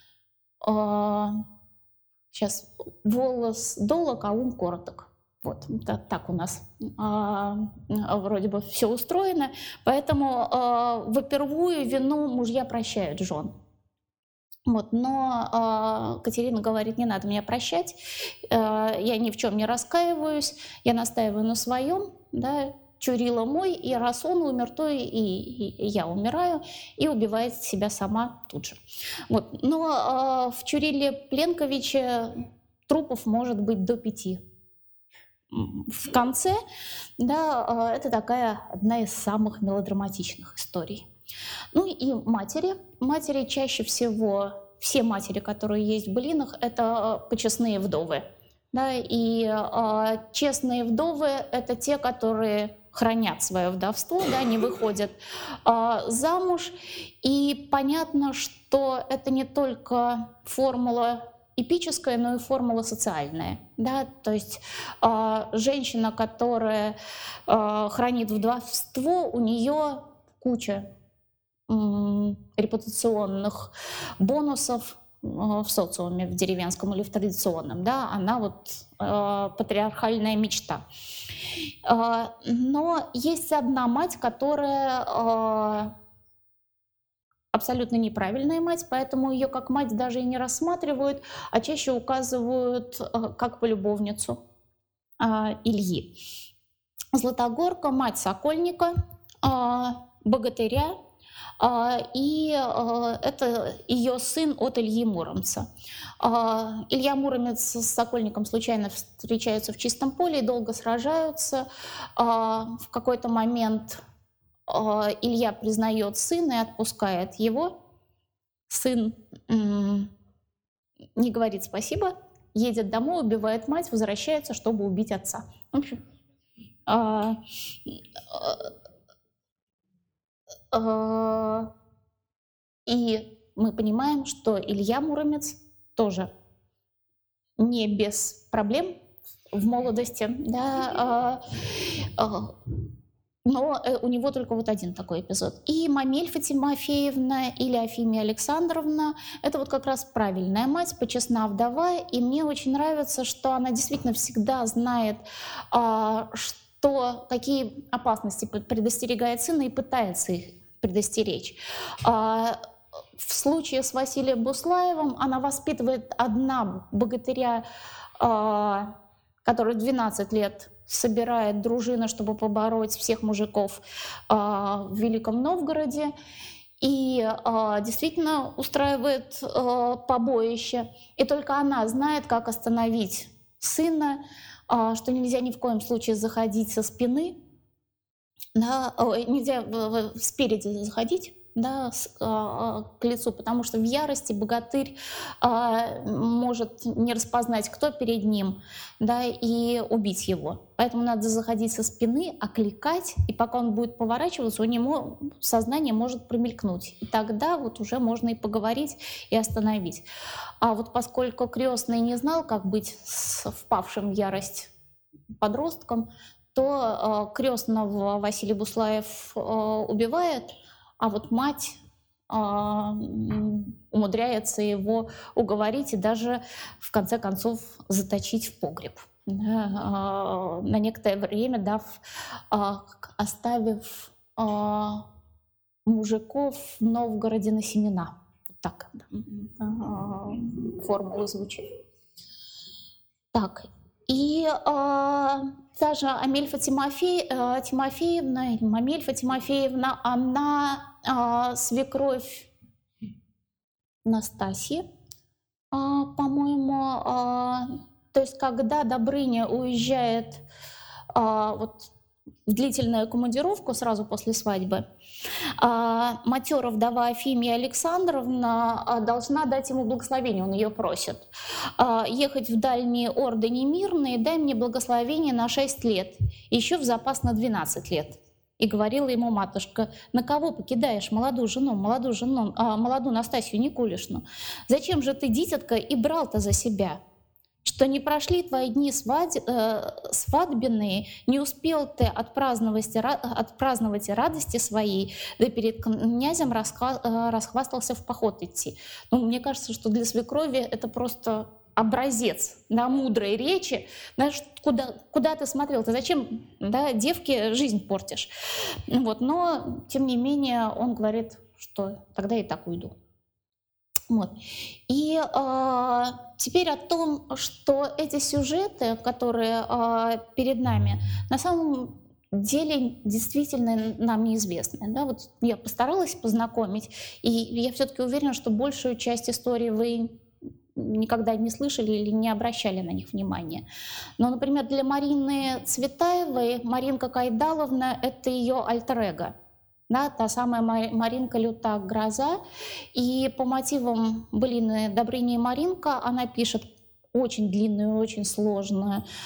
Сейчас волос долог, а ум короток. Вот, это так у нас а, а, вроде бы все устроено. Поэтому а, вопервую вину мужья прощают жен. Вот, но а, Катерина говорит: не надо меня прощать, э, я ни в чем не раскаиваюсь, я настаиваю на своем, да, Чурила мой, и раз он умер, то и, и- и я умираю, и убивает себя сама тут же. Вот. Но а, в Чуриле Пленковиче трупов может быть до пяти. М, В конце, да, а, это такая одна из самых мелодраматичных историй. Ну и матери. Матери чаще всего, все матери, которые есть в былинах, это э, почестные вдовы. Да, и э, честные вдовы — это те, которые хранят свое вдовство, да, не выходят э, замуж. И понятно, что это не только формула эпическая, но и формула социальная. Да? То есть э, женщина, которая э, хранит вдовство, у нее куча м, репутационных бонусов э, в социуме, в деревенском или в традиционном, да, она вот э, патриархальная мечта. Э, Но есть одна мать, которая э, абсолютно неправильная мать, поэтому ее как мать даже и не рассматривают, а чаще указывают э, как полюбовницу э, Ильи. Златогорка — мать Сокольника, а, богатыря, а, и а, это ее сын от Ильи Муромца. А, Илья Муромец с Сокольником случайно встречаются в чистом поле и долго сражаются. А, В какой-то момент а, Илья признает сына и отпускает его. Сын м, не говорит спасибо, едет домой, убивает мать, возвращается, чтобы убить отца. В общем, а, а, и мы понимаем, что Илья Муромец тоже не без проблем в молодости, да, а, а, но э, у него только вот один такой эпизод. И Мамельфа Тимофеевна или Афимия Александровна — это вот как раз правильная мать, почестна вдова, и мне очень нравится, что она действительно всегда знает, а, что, какие опасности предостерегает сына и пытается их предостеречь. А, в случае с Василием Буслаевым она воспитывает одна богатыря, а, который двенадцать лет собирает дружину, чтобы побороть всех мужиков а, в Великом Новгороде, и а, действительно устраивает а, побоище. И только она знает, как остановить сына, а, что нельзя ни в коем случае заходить со спины, да, ой, нельзя в- в- спереди заходить, да, с- а, а, к лицу, потому что в ярости богатырь а, может не распознать, кто перед ним, да, и убить его. Поэтому надо заходить со спины, окликать, и пока он будет поворачиваться, у него сознание может промелькнуть. И тогда вот уже можно и поговорить, и остановить. А вот поскольку крестный не знал, как быть с впавшим в ярость подростком, то э, крестного Василий Буслаев э, убивает, а вот мать э, м, умудряется его уговорить и даже в конце концов заточить в погреб. Да, э, на некоторое время дав, э, к- оставив э, мужиков в Новгороде на семена. Вот так э, формула звучит. Так, и а, та же Амельфа Тимофей, э, Тимофеевна, или Мамельфа Тимофеевна, она а, свекровь Настасьи, а, по-моему. А, то есть когда Добрыня уезжает а, вот, в длительную командировку сразу после свадьбы, а, матерая вдова Афимия Александровна а, должна дать ему благословение, он ее просит. А, ехать в дальние орды немирные, дай мне благословение на шесть лет, еще в запас на двенадцать лет. И говорила ему матушка: на кого покидаешь молодую жену, молодую жену, а, молодую Настасью Никулишну? Зачем же ты, дитятка, и брал-то за себя? Что не прошли твои дни свадь- э, свадебные, не успел ты отпраздновать, ра- отпраздновать радости своей, да перед князем раска- э, расхвастался в поход идти. Ну, мне кажется, что для свекрови это просто образец, да, мудрой речи. Знаешь, куда, куда ты смотрел? Ты зачем, да, девке жизнь портишь? Вот, но, тем не менее, он говорит, что тогда и так уйду. Вот. И а, теперь о том, что эти сюжеты, которые а, перед нами, на самом деле действительно нам неизвестны. Да? Вот я постаралась познакомить, и я все-таки уверена, что большую часть истории вы никогда не слышали или не обращали на них внимания. Но, например, для Марины Цветаевой Маринка Кайдаловна — это ее альтер-эго. Да, та самая Маринка Люта Гроза. И по мотивам былины Добрыни и Маринка она пишет очень длинную, очень сложную э,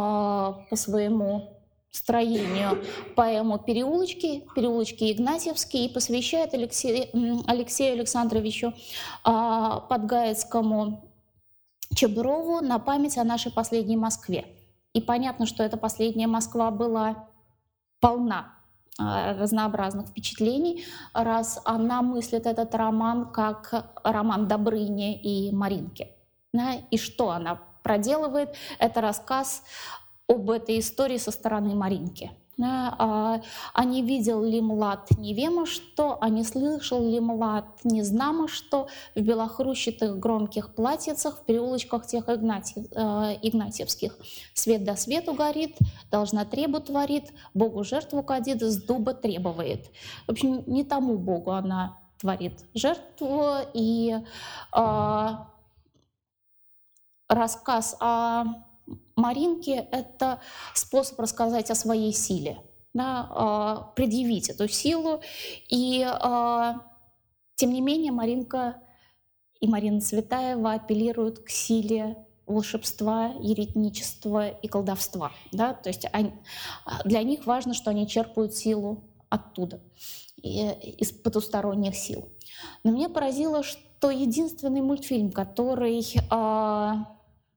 по своему строению поэму «Переулочки», «Переулочки Игнатьевские», и посвящает Алексею, Алексею Александровичу э, Подгаецкому Чеброву на память о нашей последней Москве. И понятно, что эта последняя Москва была полна разнообразных впечатлений, раз она мыслит этот роман как роман Добрыни и Маринки. Да? И что она проделывает? Это рассказ об этой истории со стороны Маринки. Да? А, а не видел ли млад не вема что, а не слышал ли млад не знамо что, в белохрущатых громких платьицах в переулочках тех Игнатьев, э, Игнатьевских. Свет до свету горит, должна требу творит, Богу жертву кадит, с дуба требует. В общем, не тому Богу она творит жертву, и э, рассказ о Маринке — это способ рассказать о своей силе, да, э, предъявить эту силу. И э, тем не менее Маринка и Марина Цветаева апеллируют к силе волшебства, еретничества и колдовства. Да? То есть они, для них важно, что они черпают силу оттуда, из потусторонних сил. Но меня поразило, что единственный мультфильм, который... А,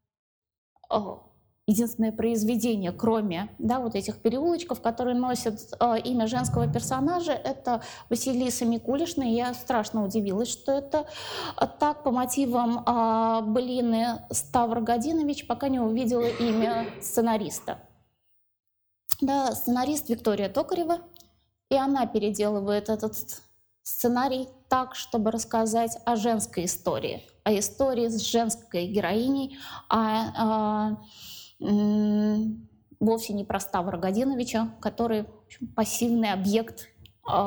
а, единственное произведение, кроме да, вот этих переулочков, которые носят э, имя женского персонажа, это Василиса Микулишна. И я страшно удивилась, что это так по мотивам э, былины Ставр Годинович, пока не увидела имя сценариста. Да, сценарист Виктория Токарева, и она переделывает этот сценарий так, чтобы рассказать о женской истории, о истории с женской героиней, о... о вовсе не про Ставра Годиновича, который в общем, пассивный объект э,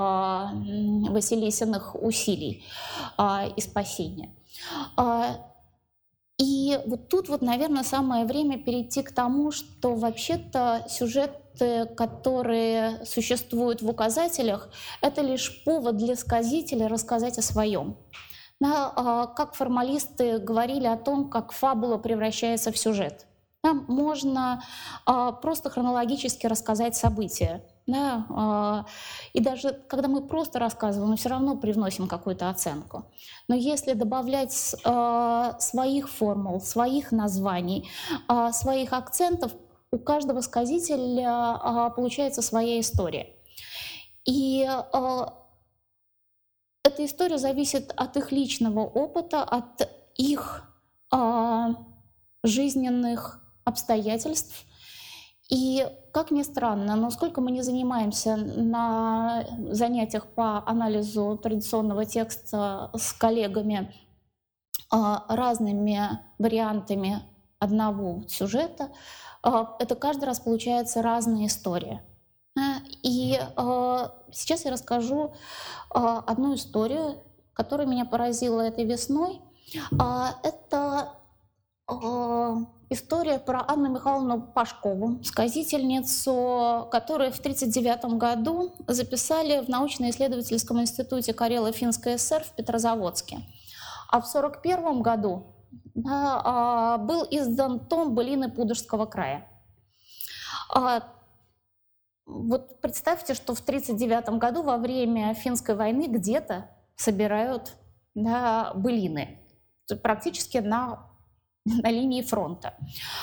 Василисиных усилий э, и спасения. Э, и вот тут, вот, наверное, самое время перейти к тому, что вообще-то сюжеты, которые существуют в указателях, это лишь повод для сказителя рассказать о своем. Да, э, как формалисты говорили о том, как фабула превращается в сюжет. Нам можно а, просто хронологически рассказать события. Да, а, и даже когда мы просто рассказываем, мы все равно привносим какую-то оценку. Но если добавлять а, своих формул, своих названий, а, своих акцентов, у каждого сказителя а, получается своя история. И а, эта история зависит от их личного опыта, от их а, жизненных обстоятельств. И, как ни странно, но сколько мы не занимаемся на занятиях по анализу традиционного текста с коллегами разными вариантами одного сюжета, это каждый раз получается разная история. И сейчас я расскажу одну историю, которая меня поразила этой весной. Это история про Анну Михайловну Пашкову, сказительницу, которую в тысяча девятьсот тридцать девятом году записали в научно-исследовательском институте Карело-Финской ССР в Петрозаводске. А в сорок первом году да, был издан том «Былины Пудожского края». Вот представьте, что в тридцать девятом году во время финской войны где-то собирают да, былины, практически на, на линии фронта.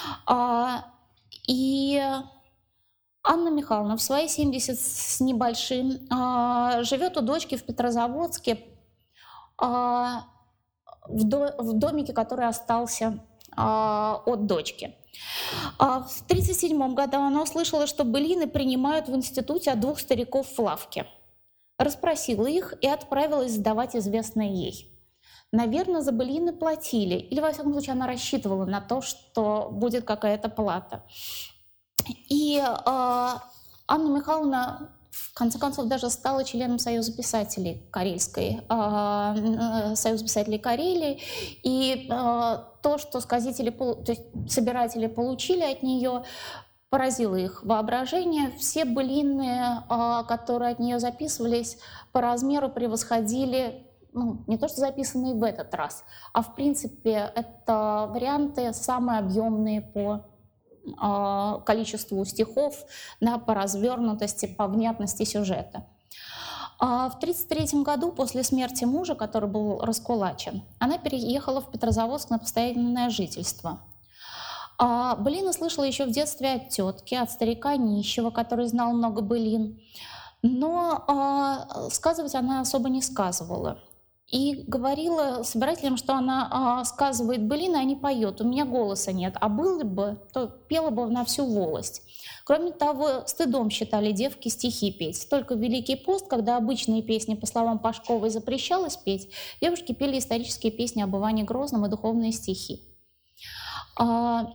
И Анна Михайловна в свои семьдесят с небольшим живет у дочки в Петрозаводске в домике, который остался от дочки. В тридцать седьмом году она услышала, что былины принимают в институте от двух стариков в лавке. Расспросила их и отправилась сдавать известное ей. Наверное, за былины платили, или, во всяком случае, она рассчитывала на то, что будет какая-то плата. И э, Анна Михайловна, в конце концов, даже стала членом Союза писателей Карельской, э, Союза писателей Карелии, и э, то, что сказители, то есть собиратели получили от нее, поразило их воображение. Все былины, э, которые от нее записывались, по размеру превосходили, ну, не то что записанные в этот раз, а в принципе это варианты самые объемные по э, количеству стихов, да, по развернутости, по внятности сюжета. А в тридцать третьем году, после смерти мужа, который был раскулачен, она переехала в Петрозаводск на постоянное жительство. А былины слышала еще в детстве от тетки, от старика нищего, который знал много былин, но а, сказывать она особо не сказывала. И говорила собирателям, что она а, сказывает былины, а не поет. У меня голоса нет, а было бы, то пела бы на всю волость. Кроме того, стыдом считали девки стихи петь. Только в Великий пост, когда обычные песни, по словам Пашковой, запрещалось петь, девушки пели исторические песни об Иване Грозном и духовные стихи. А,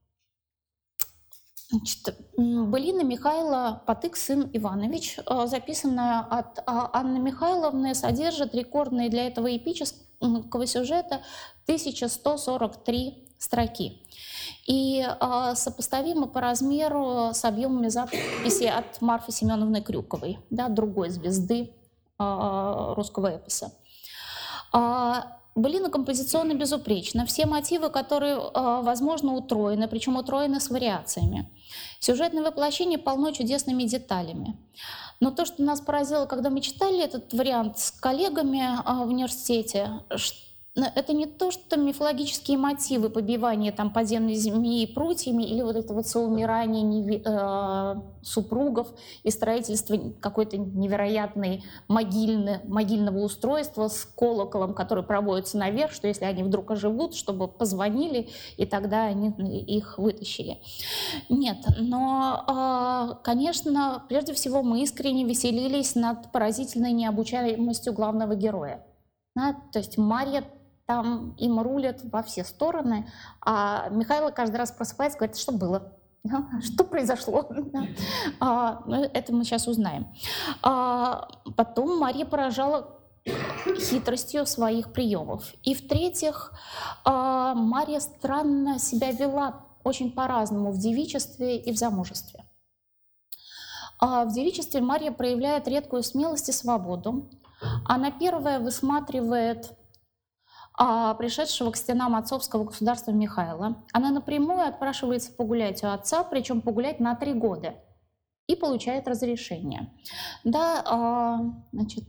Значит, былина Михайла Потык, сын Иванович, записанная от Анны Михайловны, содержит рекордные для этого эпического сюжета тысяча сто сорок три строки. И сопоставимо по размеру с объемами записи от Марфы Семеновны Крюковой, да, другой звезды русского эпоса. былина композиционно безупречна. Все мотивы, которые, э, возможно, утроены, причем утроены с вариациями. Сюжетное воплощение полно чудесными деталями. Но то, что нас поразило, когда мы читали этот вариант с коллегами а, в университете, ш- это не то, что мифологические мотивы побивания там подземной змеи прутьями или вот это вот соумирание неви- э, супругов и строительство какой-то невероятной могильны, могильного устройства с колоколом, который проводится наверх, что если они вдруг оживут, чтобы позвонили, и тогда они их вытащили. Нет, но, э, конечно, прежде всего мы искренне веселились над поразительной необучаемостью главного героя. Да, то есть Марья там им рулят во все стороны, а Михайло каждый раз просыпается и говорит, что было, да, что произошло. Да. А, ну, это мы сейчас узнаем. А, потом Марья поражала хитростью своих приемов. И в-третьих, а, Марья странно себя вела очень по-разному в девичестве и в замужестве. А в девичестве Марья проявляет редкую смелость и свободу. Она первая высматривает а, пришедшего к стенам отцовского государства Михаила. Она напрямую отпрашивается погулять у отца, причем погулять на три года, и получает разрешение. Да, а, значит,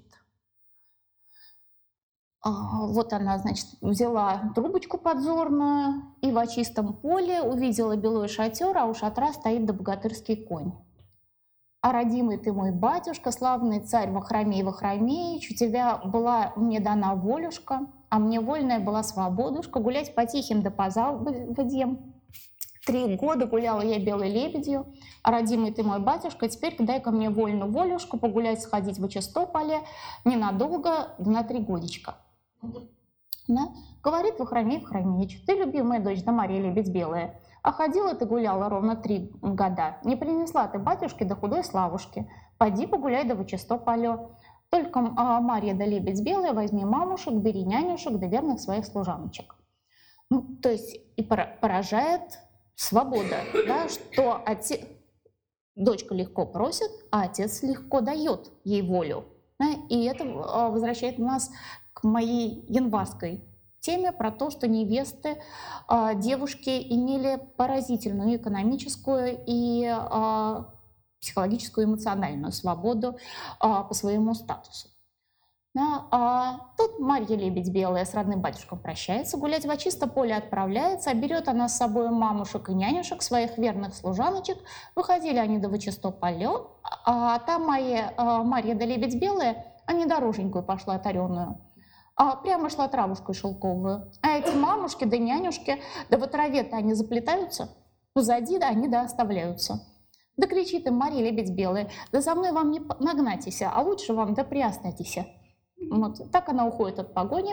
а, вот она, значит, взяла трубочку подзорную и во чистом поле увидела белой шатер, а у шатра стоит да богатырский конь. «А родимый ты мой батюшка, славный царь Вахромей Вахромеич, у тебя была мне дана волюшка, а мне вольная была свободушка, гулять по тихим да по заводьям. Три года гуляла я белой лебедью, а родимый ты мой батюшка, теперь дай-ка мне вольную волюшку, погулять, сходить в Чистополе, ненадолго, да на три годичка». Да? Говорит Вахромей Вахромеич: «Ты, любимая дочь, да Марья лебедь белая, а ходила ты гуляла ровно три года, не принесла ты батюшке до худой славушки, пойди погуляй да в Чистополе. Только а, Марья да лебедь белая, возьми мамушек, бери нянюшек да верных своих служаночек». Ну, то есть и поражает свобода, да, что отец, дочка легко просит, а отец легко дает ей волю. Да, и это а, возвращает нас к моей январской теме про то, что невесты, а, девушки имели поразительную экономическую и а, психологическую, эмоциональную свободу а, по своему статусу. Да, а тут Марья лебедь белая с родным батюшком прощается, гулять во чисто поле отправляется, а берет она с собой мамушек и нянюшек, своих верных служаночек. Выходили они до Чистополя, а там моя а, Марья да лебедь белая, а не дороженькую пошла отаренную, а прямо шла травушкой шелковую. А эти мамушки да нянюшки, да в траве-то они заплетаются, позади да они да оставляются. Да кричит им Марья лебедь белая: «Да за мной вам не нагнайтесь, а лучше вам да приоснайтесь». Вот так она уходит от погони.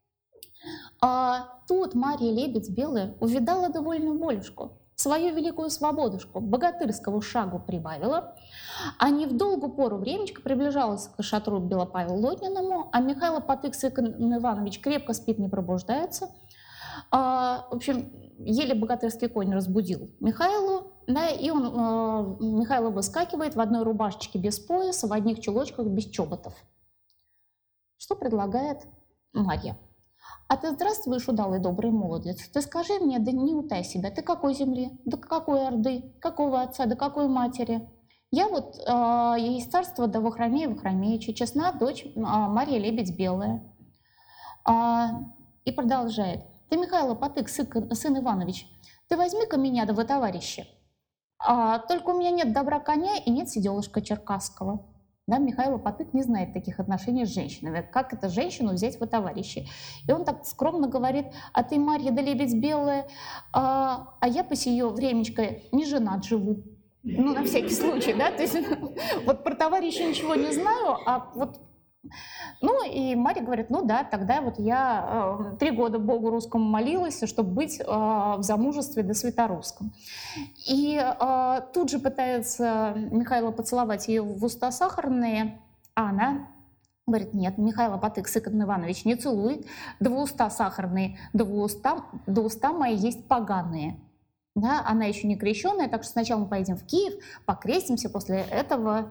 А тут Марья лебедь белая увидала довольную волюшку, свою великую свободушку, богатырского шагу прибавила, а не в долгую пору времечко приближалась к шатру Белопавловниному, а Михайло Потыксик Иванович крепко спит, не пробуждается. А, в общем, еле богатырский конь разбудил Михайлу, да, и он, а, Михайло выскакивает в одной рубашечке без пояса, в одних чулочках без чоботов. Что предлагает Марья? «А ты здравствуешь, удалый добрый молодец, ты скажи мне, да не утай себя, ты какой земли, да какой орды, какого отца, да какой матери? Я вот э, из царства до Вахромея Вахромеича, честна дочь э, Марья лебедь белая». А, и продолжает: «Ты, Михайло Потык, сын, сын Иванович, ты возьми-ка меня да вы товарищи, а, только у меня нет добра коня и нет седелышка черкасского». Да, Михайло Потык не знает таких отношений с женщинами. Как это женщину взять во товарищи? И он так скромно говорит: «А ты, Марья да лебедь белая, а, а я по сие времечко не женат живу». Ну, на всякий случай, да, то есть вот про товарища ничего не знаю, а вот... Ну, и Марья говорит: «Ну да, тогда вот я э, три года Богу русскому молилась, чтобы быть э, в замужестве да святорусском». И э, тут же пытается Михайло поцеловать ее в уста сахарные, а она говорит: «Нет, Михайло Потык Иван Иванович, не целует, да в уста сахарные, да в уста, да уста мои есть поганые». Да, она еще не крещенная, так что сначала мы поедем в Киев, покрестимся, после этого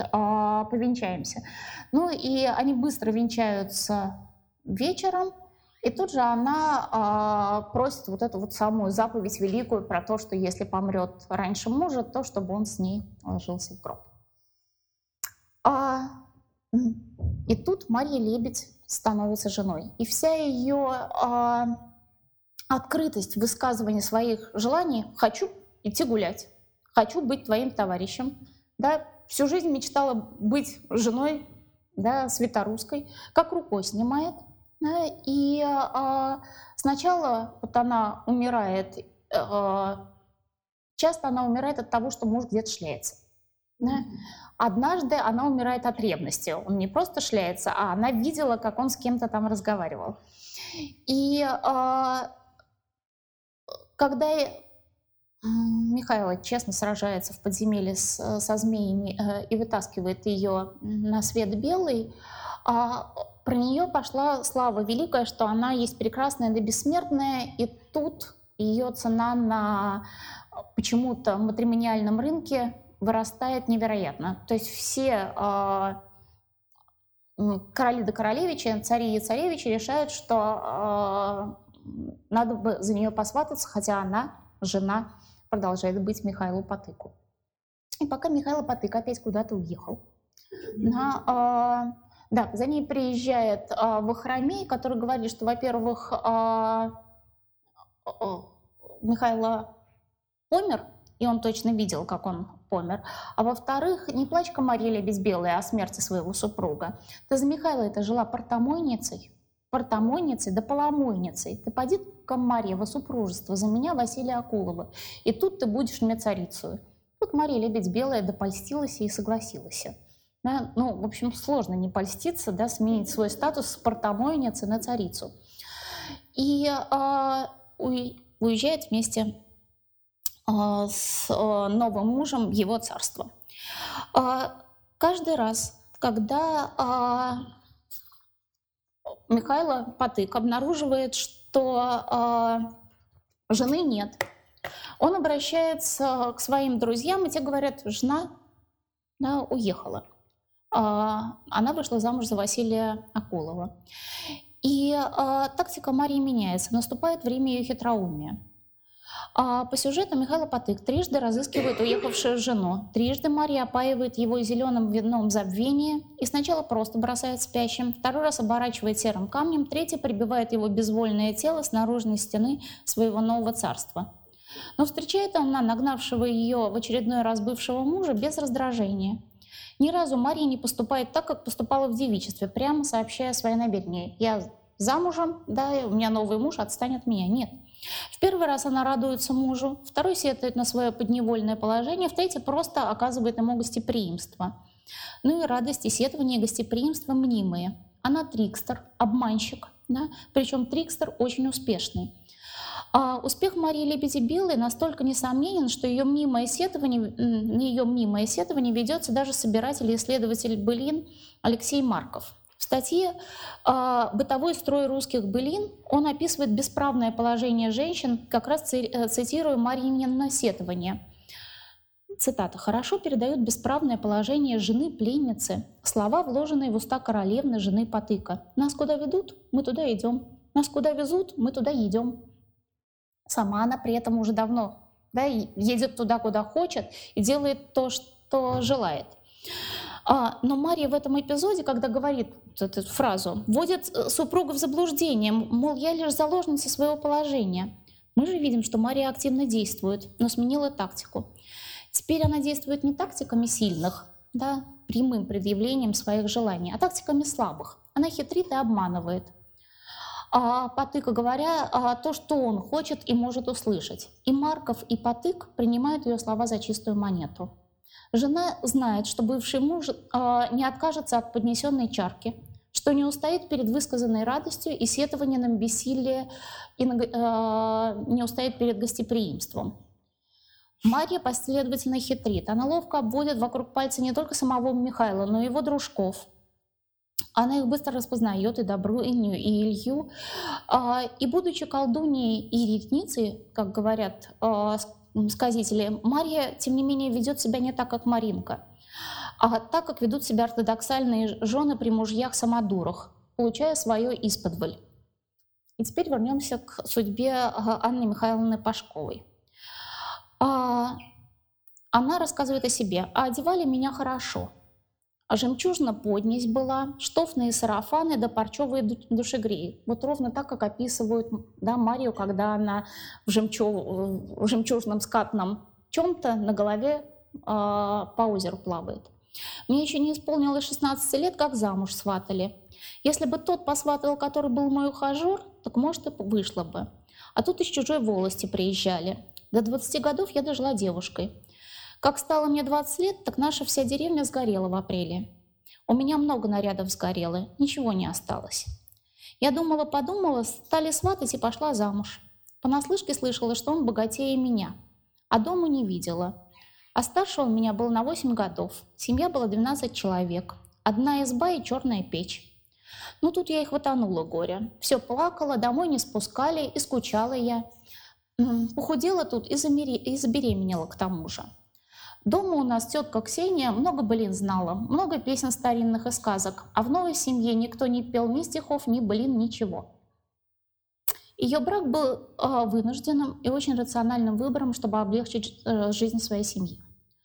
повенчаемся. Ну и они быстро венчаются вечером, И тут же она а, просит вот эту вот самую заповедь великую про то, что если помрет раньше мужа, то чтобы он с ней ложился в гроб. А, м, и тут Марья Лебедь становится женой. И вся ее а, открытость в высказывании своих желаний: «Хочу идти гулять, хочу быть твоим товарищем». Да, всю жизнь мечтала быть женой, да, святорусской, как рукой снимает. Да, и а, сначала вот она умирает, а, часто она умирает от того, что муж где-то шляется. Да. Однажды она умирает от ревности. Он не просто шляется, а она видела, как он с кем-то там разговаривал. И а, когда Михайло честно сражается в подземелье с, со змеями э, и вытаскивает ее на свет белый, а, про нее пошла слава великая, что она есть прекрасная да бессмертная, и тут ее цена на почему-то матримониальном рынке вырастает невероятно. То есть все а, короли да королевичи, цари и царевичи решают, что а, надо бы за нее посвататься, хотя она, жена, продолжает быть Михайлу Потыку. И пока Михайло Потык опять куда-то уехал, на, а, да, за ней приезжает а, Вахромей, который говорит, что, во-первых, а, а, Михайло помер, и он точно видел, как он помер. А во-вторых, не плачь-ка, Марья Лебедь Белая, о смерти своего супруга. Ты за Михайла это жила портомойницей, портомойницей да поломойницей. Ты поди-ка, Марья, во супружество за меня, Василия Акулова, и тут ты будешь мне царицей. Тут Марья Лебедь Белая допольстилась и согласилась. Да? Ну, в общем, сложно не польститься, да, сменить свой статус с портомойницы на царицу. И а, уезжает вместе а, с а, новым мужем в его царство. А, каждый раз, когда а, Михайло Потык обнаруживает, что а, жены нет, он обращается к своим друзьям, и те говорят: жена, да, уехала. А, она вышла замуж за Василия Акулова. И а, тактика Марьи меняется, наступает время ее хитроумия. А по сюжету Михайло Потык трижды разыскивает уехавшую жену. Трижды Марья опаивает его зеленым вином забвения и сначала просто бросает спящим, второй раз оборачивает серым камнем, третий прибивает его безвольное тело с наружной стены своего нового царства. Но встречает она нагнавшего ее в очередной раз бывшего мужа без раздражения. Ни разу Марья не поступает так, как поступала в девичестве, прямо сообщая свои намерения. «Я замужем, да, у меня новый муж, отстань от меня». Нет. В первый раз она радуется мужу, второй сетует на свое подневольное положение, в третий просто оказывает ему гостеприимство. Ну и радость, и сетование, и гостеприимство мнимые. Она трикстер, обманщик, да, причем трикстер очень успешный. А успех Марьи Лебеди Белой настолько несомненен, что ее мнимое сетование, ее мнимое сетование ведется даже собиратель и исследователь былин Алексей Марков. В статье «Бытовой строй русских былин» он описывает бесправное положение женщин, как раз цитируя Марьинино сетование. Цитата: «Хорошо передают бесправное положение жены пленницы, слова, вложенные в уста королевны, жены Потыка. Нас куда ведут, мы туда идем. Нас куда везут, мы туда едем». Сама она при этом уже давно, да, едет туда, куда хочет, и делает то, что желает. А, но Марья в этом эпизоде, когда говорит эту фразу, вводит супруга в заблуждение, мол, я лишь заложница своего положения. Мы же видим, что Марья активно действует, но сменила тактику. Теперь она действует не тактиками сильных, да, прямым предъявлением своих желаний, а тактиками слабых. Она хитрит и обманывает. А Потыка говоря а, то, что он хочет и может услышать. И Марков, и Потык принимают ее слова за чистую монету. Жена знает, что бывший муж а, не откажется от поднесенной чарки, что не устоит перед высказанной радостью и сетованием на бессилие, и а, не устоит перед гостеприимством. Марья последовательно хитрит. Она ловко обводит вокруг пальца не только самого Михайла, но и его дружков. Она их быстро распознает, и Добрыню, и Илью. И будучи колдуньей и ретницей, как говорят сказители, Марья, тем не менее, ведет себя не так, как Маринка, а так, как ведут себя ортодоксальные жены при мужьях-самодурах, получая свое исподволь. И теперь вернемся к судьбе а, Анны Михайловны Пашковой. А, Она рассказывает о себе. «А одевали меня хорошо. А жемчужина поднись была, штофные сарафаны да парчевые ду- душегреи». Вот ровно так, как описывают, да, Марию, когда она в, жемчу- в жемчужном скатном чем-то на голове а, по озеру плавает. «Мне еще не исполнилось шестнадцати лет, как замуж сватали. Если бы тот посватал, который был мой ухажер, так, может, и вышло бы. А тут из чужой волости приезжали. До двадцати годов я дожила девушкой. Как стало мне двадцать лет, так наша вся деревня сгорела в апреле. У меня много нарядов сгорело, ничего не осталось. Я думала-подумала, стали сватать и пошла замуж. Понаслышке слышала, что он богатее меня, а дома не видела. А старше он меня был на восемь годов. Семья была двенадцать человек. Одна изба и черная печь. Ну, тут я и хватанула горя. Все плакала, домой не спускали, и скучала я. М, Похудела тут и, замери... и забеременела к тому же. Дома у нас тетка Ксения много былин знала, много песен старинных и сказок, а в новой семье никто не пел ни стихов, ни былин, ничего. Ее брак был э, вынужденным и очень рациональным выбором, чтобы облегчить э, жизнь своей семьи.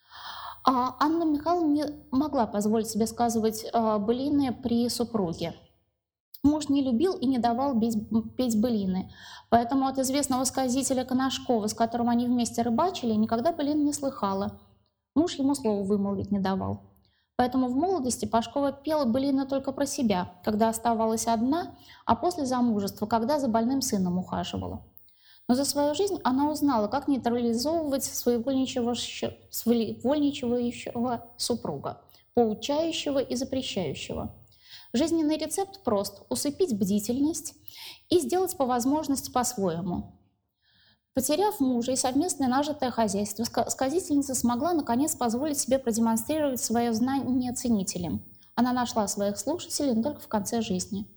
А Анна Михайловна не могла позволить себе сказывать э, былины при супруге. Муж не любил и не давал бить- петь былины, поэтому от известного сказителя Коношкова, с которым они вместе рыбачили, никогда былин не слыхала. Муж ему слова вымолвить не давал. Поэтому в молодости Пашкова пела былины только про себя, когда оставалась одна, а после замужества, когда за больным сыном ухаживала. Но за свою жизнь она узнала, как нейтрализовывать своевольничего, щ- своевольничающего супруга, поучающего и запрещающего. Жизненный рецепт прост – усыпить бдительность и сделать по возможности по-своему. Потеряв мужа и совместное нажитое хозяйство, ска- сказительница смогла наконец позволить себе продемонстрировать свое знание ценителям. Она нашла своих слушателей, но только в конце жизни.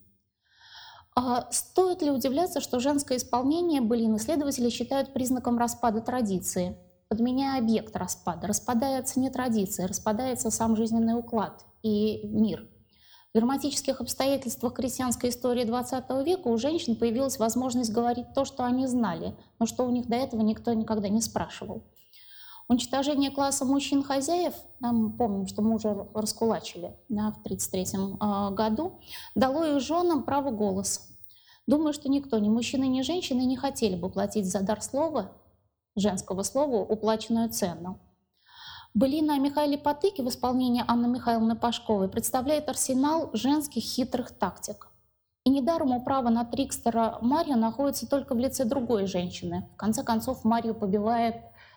А стоит ли удивляться, что женское исполнение былин исследователи считают признаком распада традиции, подменяя объект распада? Распадается не традиция, распадается сам жизненный уклад и мир. В драматических обстоятельствах крестьянской истории двадцатого века у женщин появилась возможность говорить то, что они знали, но что у них до этого никто никогда не спрашивал. Уничтожение класса мужчин-хозяев, да, мы помним, что мужа раскулачили, да, в тридцать третьем а, году, дало их женам право голоса. Думаю, что никто, ни мужчины, ни женщины, не хотели бы платить за дар слова, женского слова, уплаченную цену. Былина о Михаиле Потыке в исполнении Анны Михайловны Пашковой представляет арсенал женских хитрых тактик. И недаром у права на трикстера Марью находится только в лице другой женщины. В конце концов, Марью побивает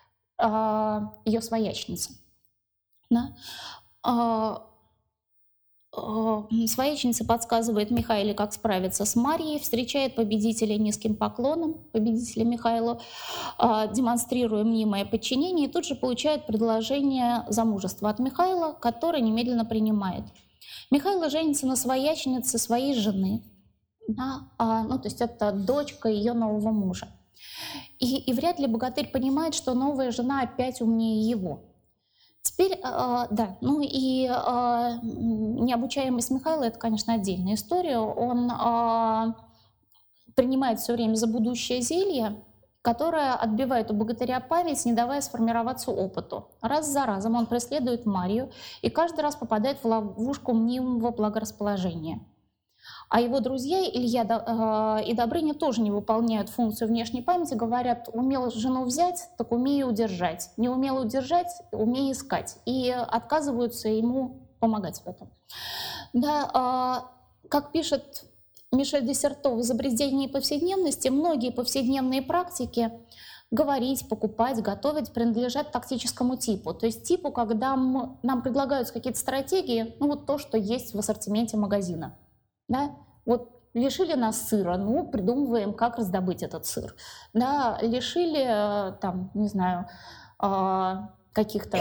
а, ее своячница. Да? А, а, Своячница подсказывает Михаиле, как справиться с Марьей, встречает победителя низким поклоном, победителя Михаила, а, демонстрируя мнимое подчинение, и тут же получает предложение замужества от Михаила, который немедленно принимает. Михаил женится на свояченице своей жены, да, а, ну, то есть это дочка ее нового мужа. И, и вряд ли богатырь понимает, что новая жена опять умнее его. Теперь, а, да, ну и а, м, необучаемость Михаила — это, конечно, отдельная история. Он а, принимает все время за будущее зелье, которое отбивает у богатыря память, не давая сформироваться опыту. Раз за разом он преследует Марию и каждый раз попадает в ловушку мнимого благорасположения. А его друзья Илья да- э, и Добрыня тоже не выполняют функцию внешней памяти, говорят: умел жену взять, так умей удержать, не умел удержать, умей искать, и отказываются ему помогать в этом. Да, а, как пишет Мишель Десерто в «Изобретении повседневности», многие повседневные практики — говорить, покупать, готовить — принадлежат тактическому типу. То есть типу, когда м- нам предлагаются какие-то стратегии, ну вот то, что есть в ассортименте магазина. Да? Вот лишили нас сыра, ну, придумываем, как раздобыть этот сыр. Да? Лишили, э, там, не знаю, а, каких-то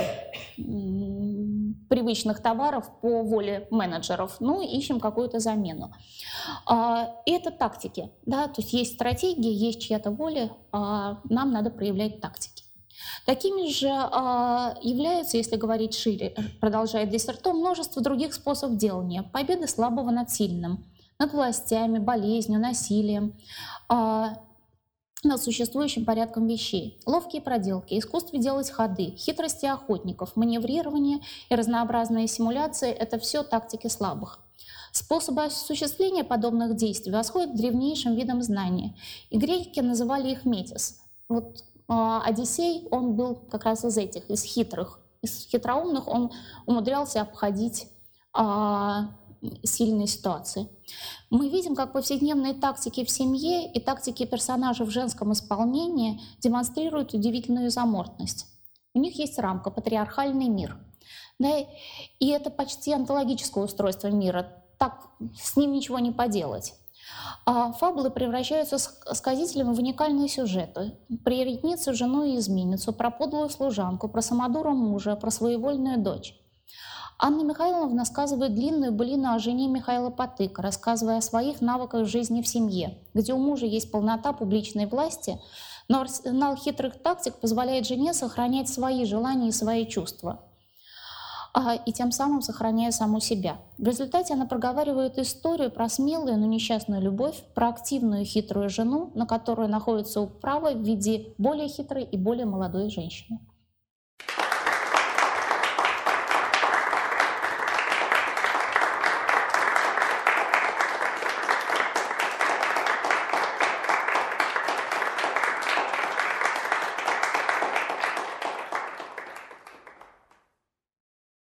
м, привычных товаров по воле менеджеров, ну, ищем какую-то замену. А, И это тактики, да, то есть есть стратегия, есть чья-то воля, а нам надо проявлять тактики. Такими же а, являются, если говорить шире, продолжает Десерто, множество других способов делания, победы слабого над сильным. над властями, болезнью, насилием, а, над существующим порядком вещей. Ловкие проделки, искусство делать ходы, хитрости охотников, маневрирование и разнообразные симуляции — это все тактики слабых. Способы осуществления подобных действий восходят к древнейшим видам знания, и греки называли их метис. Вот а, Одиссей, он был как раз из этих, из хитрых. Из хитроумных он умудрялся обходить а, сильные ситуации. Мы видим, как повседневные тактики в семье и тактики персонажей в женском исполнении демонстрируют удивительную изоморфность. У них есть рамка — патриархальный мир. Да, и это почти онтологическое устройство мира. Так с ним ничего не поделать. А фабулы превращаются сказителями в уникальные сюжеты. Про ревницу, жену и изменницу, про подлую служанку, про самодура мужа, про своевольную дочь. Анна Михайловна сказывает длинную былину о жене Михаила Потыка, рассказывая о своих навыках жизни в семье, где у мужа есть полнота публичной власти, но арсенал хитрых тактик позволяет жене сохранять свои желания и свои чувства, и тем самым сохраняя саму себя. В результате она проговаривает историю про смелую, но несчастную любовь, про активную хитрую жену, на которую находится управа в виде более хитрой и более молодой женщины.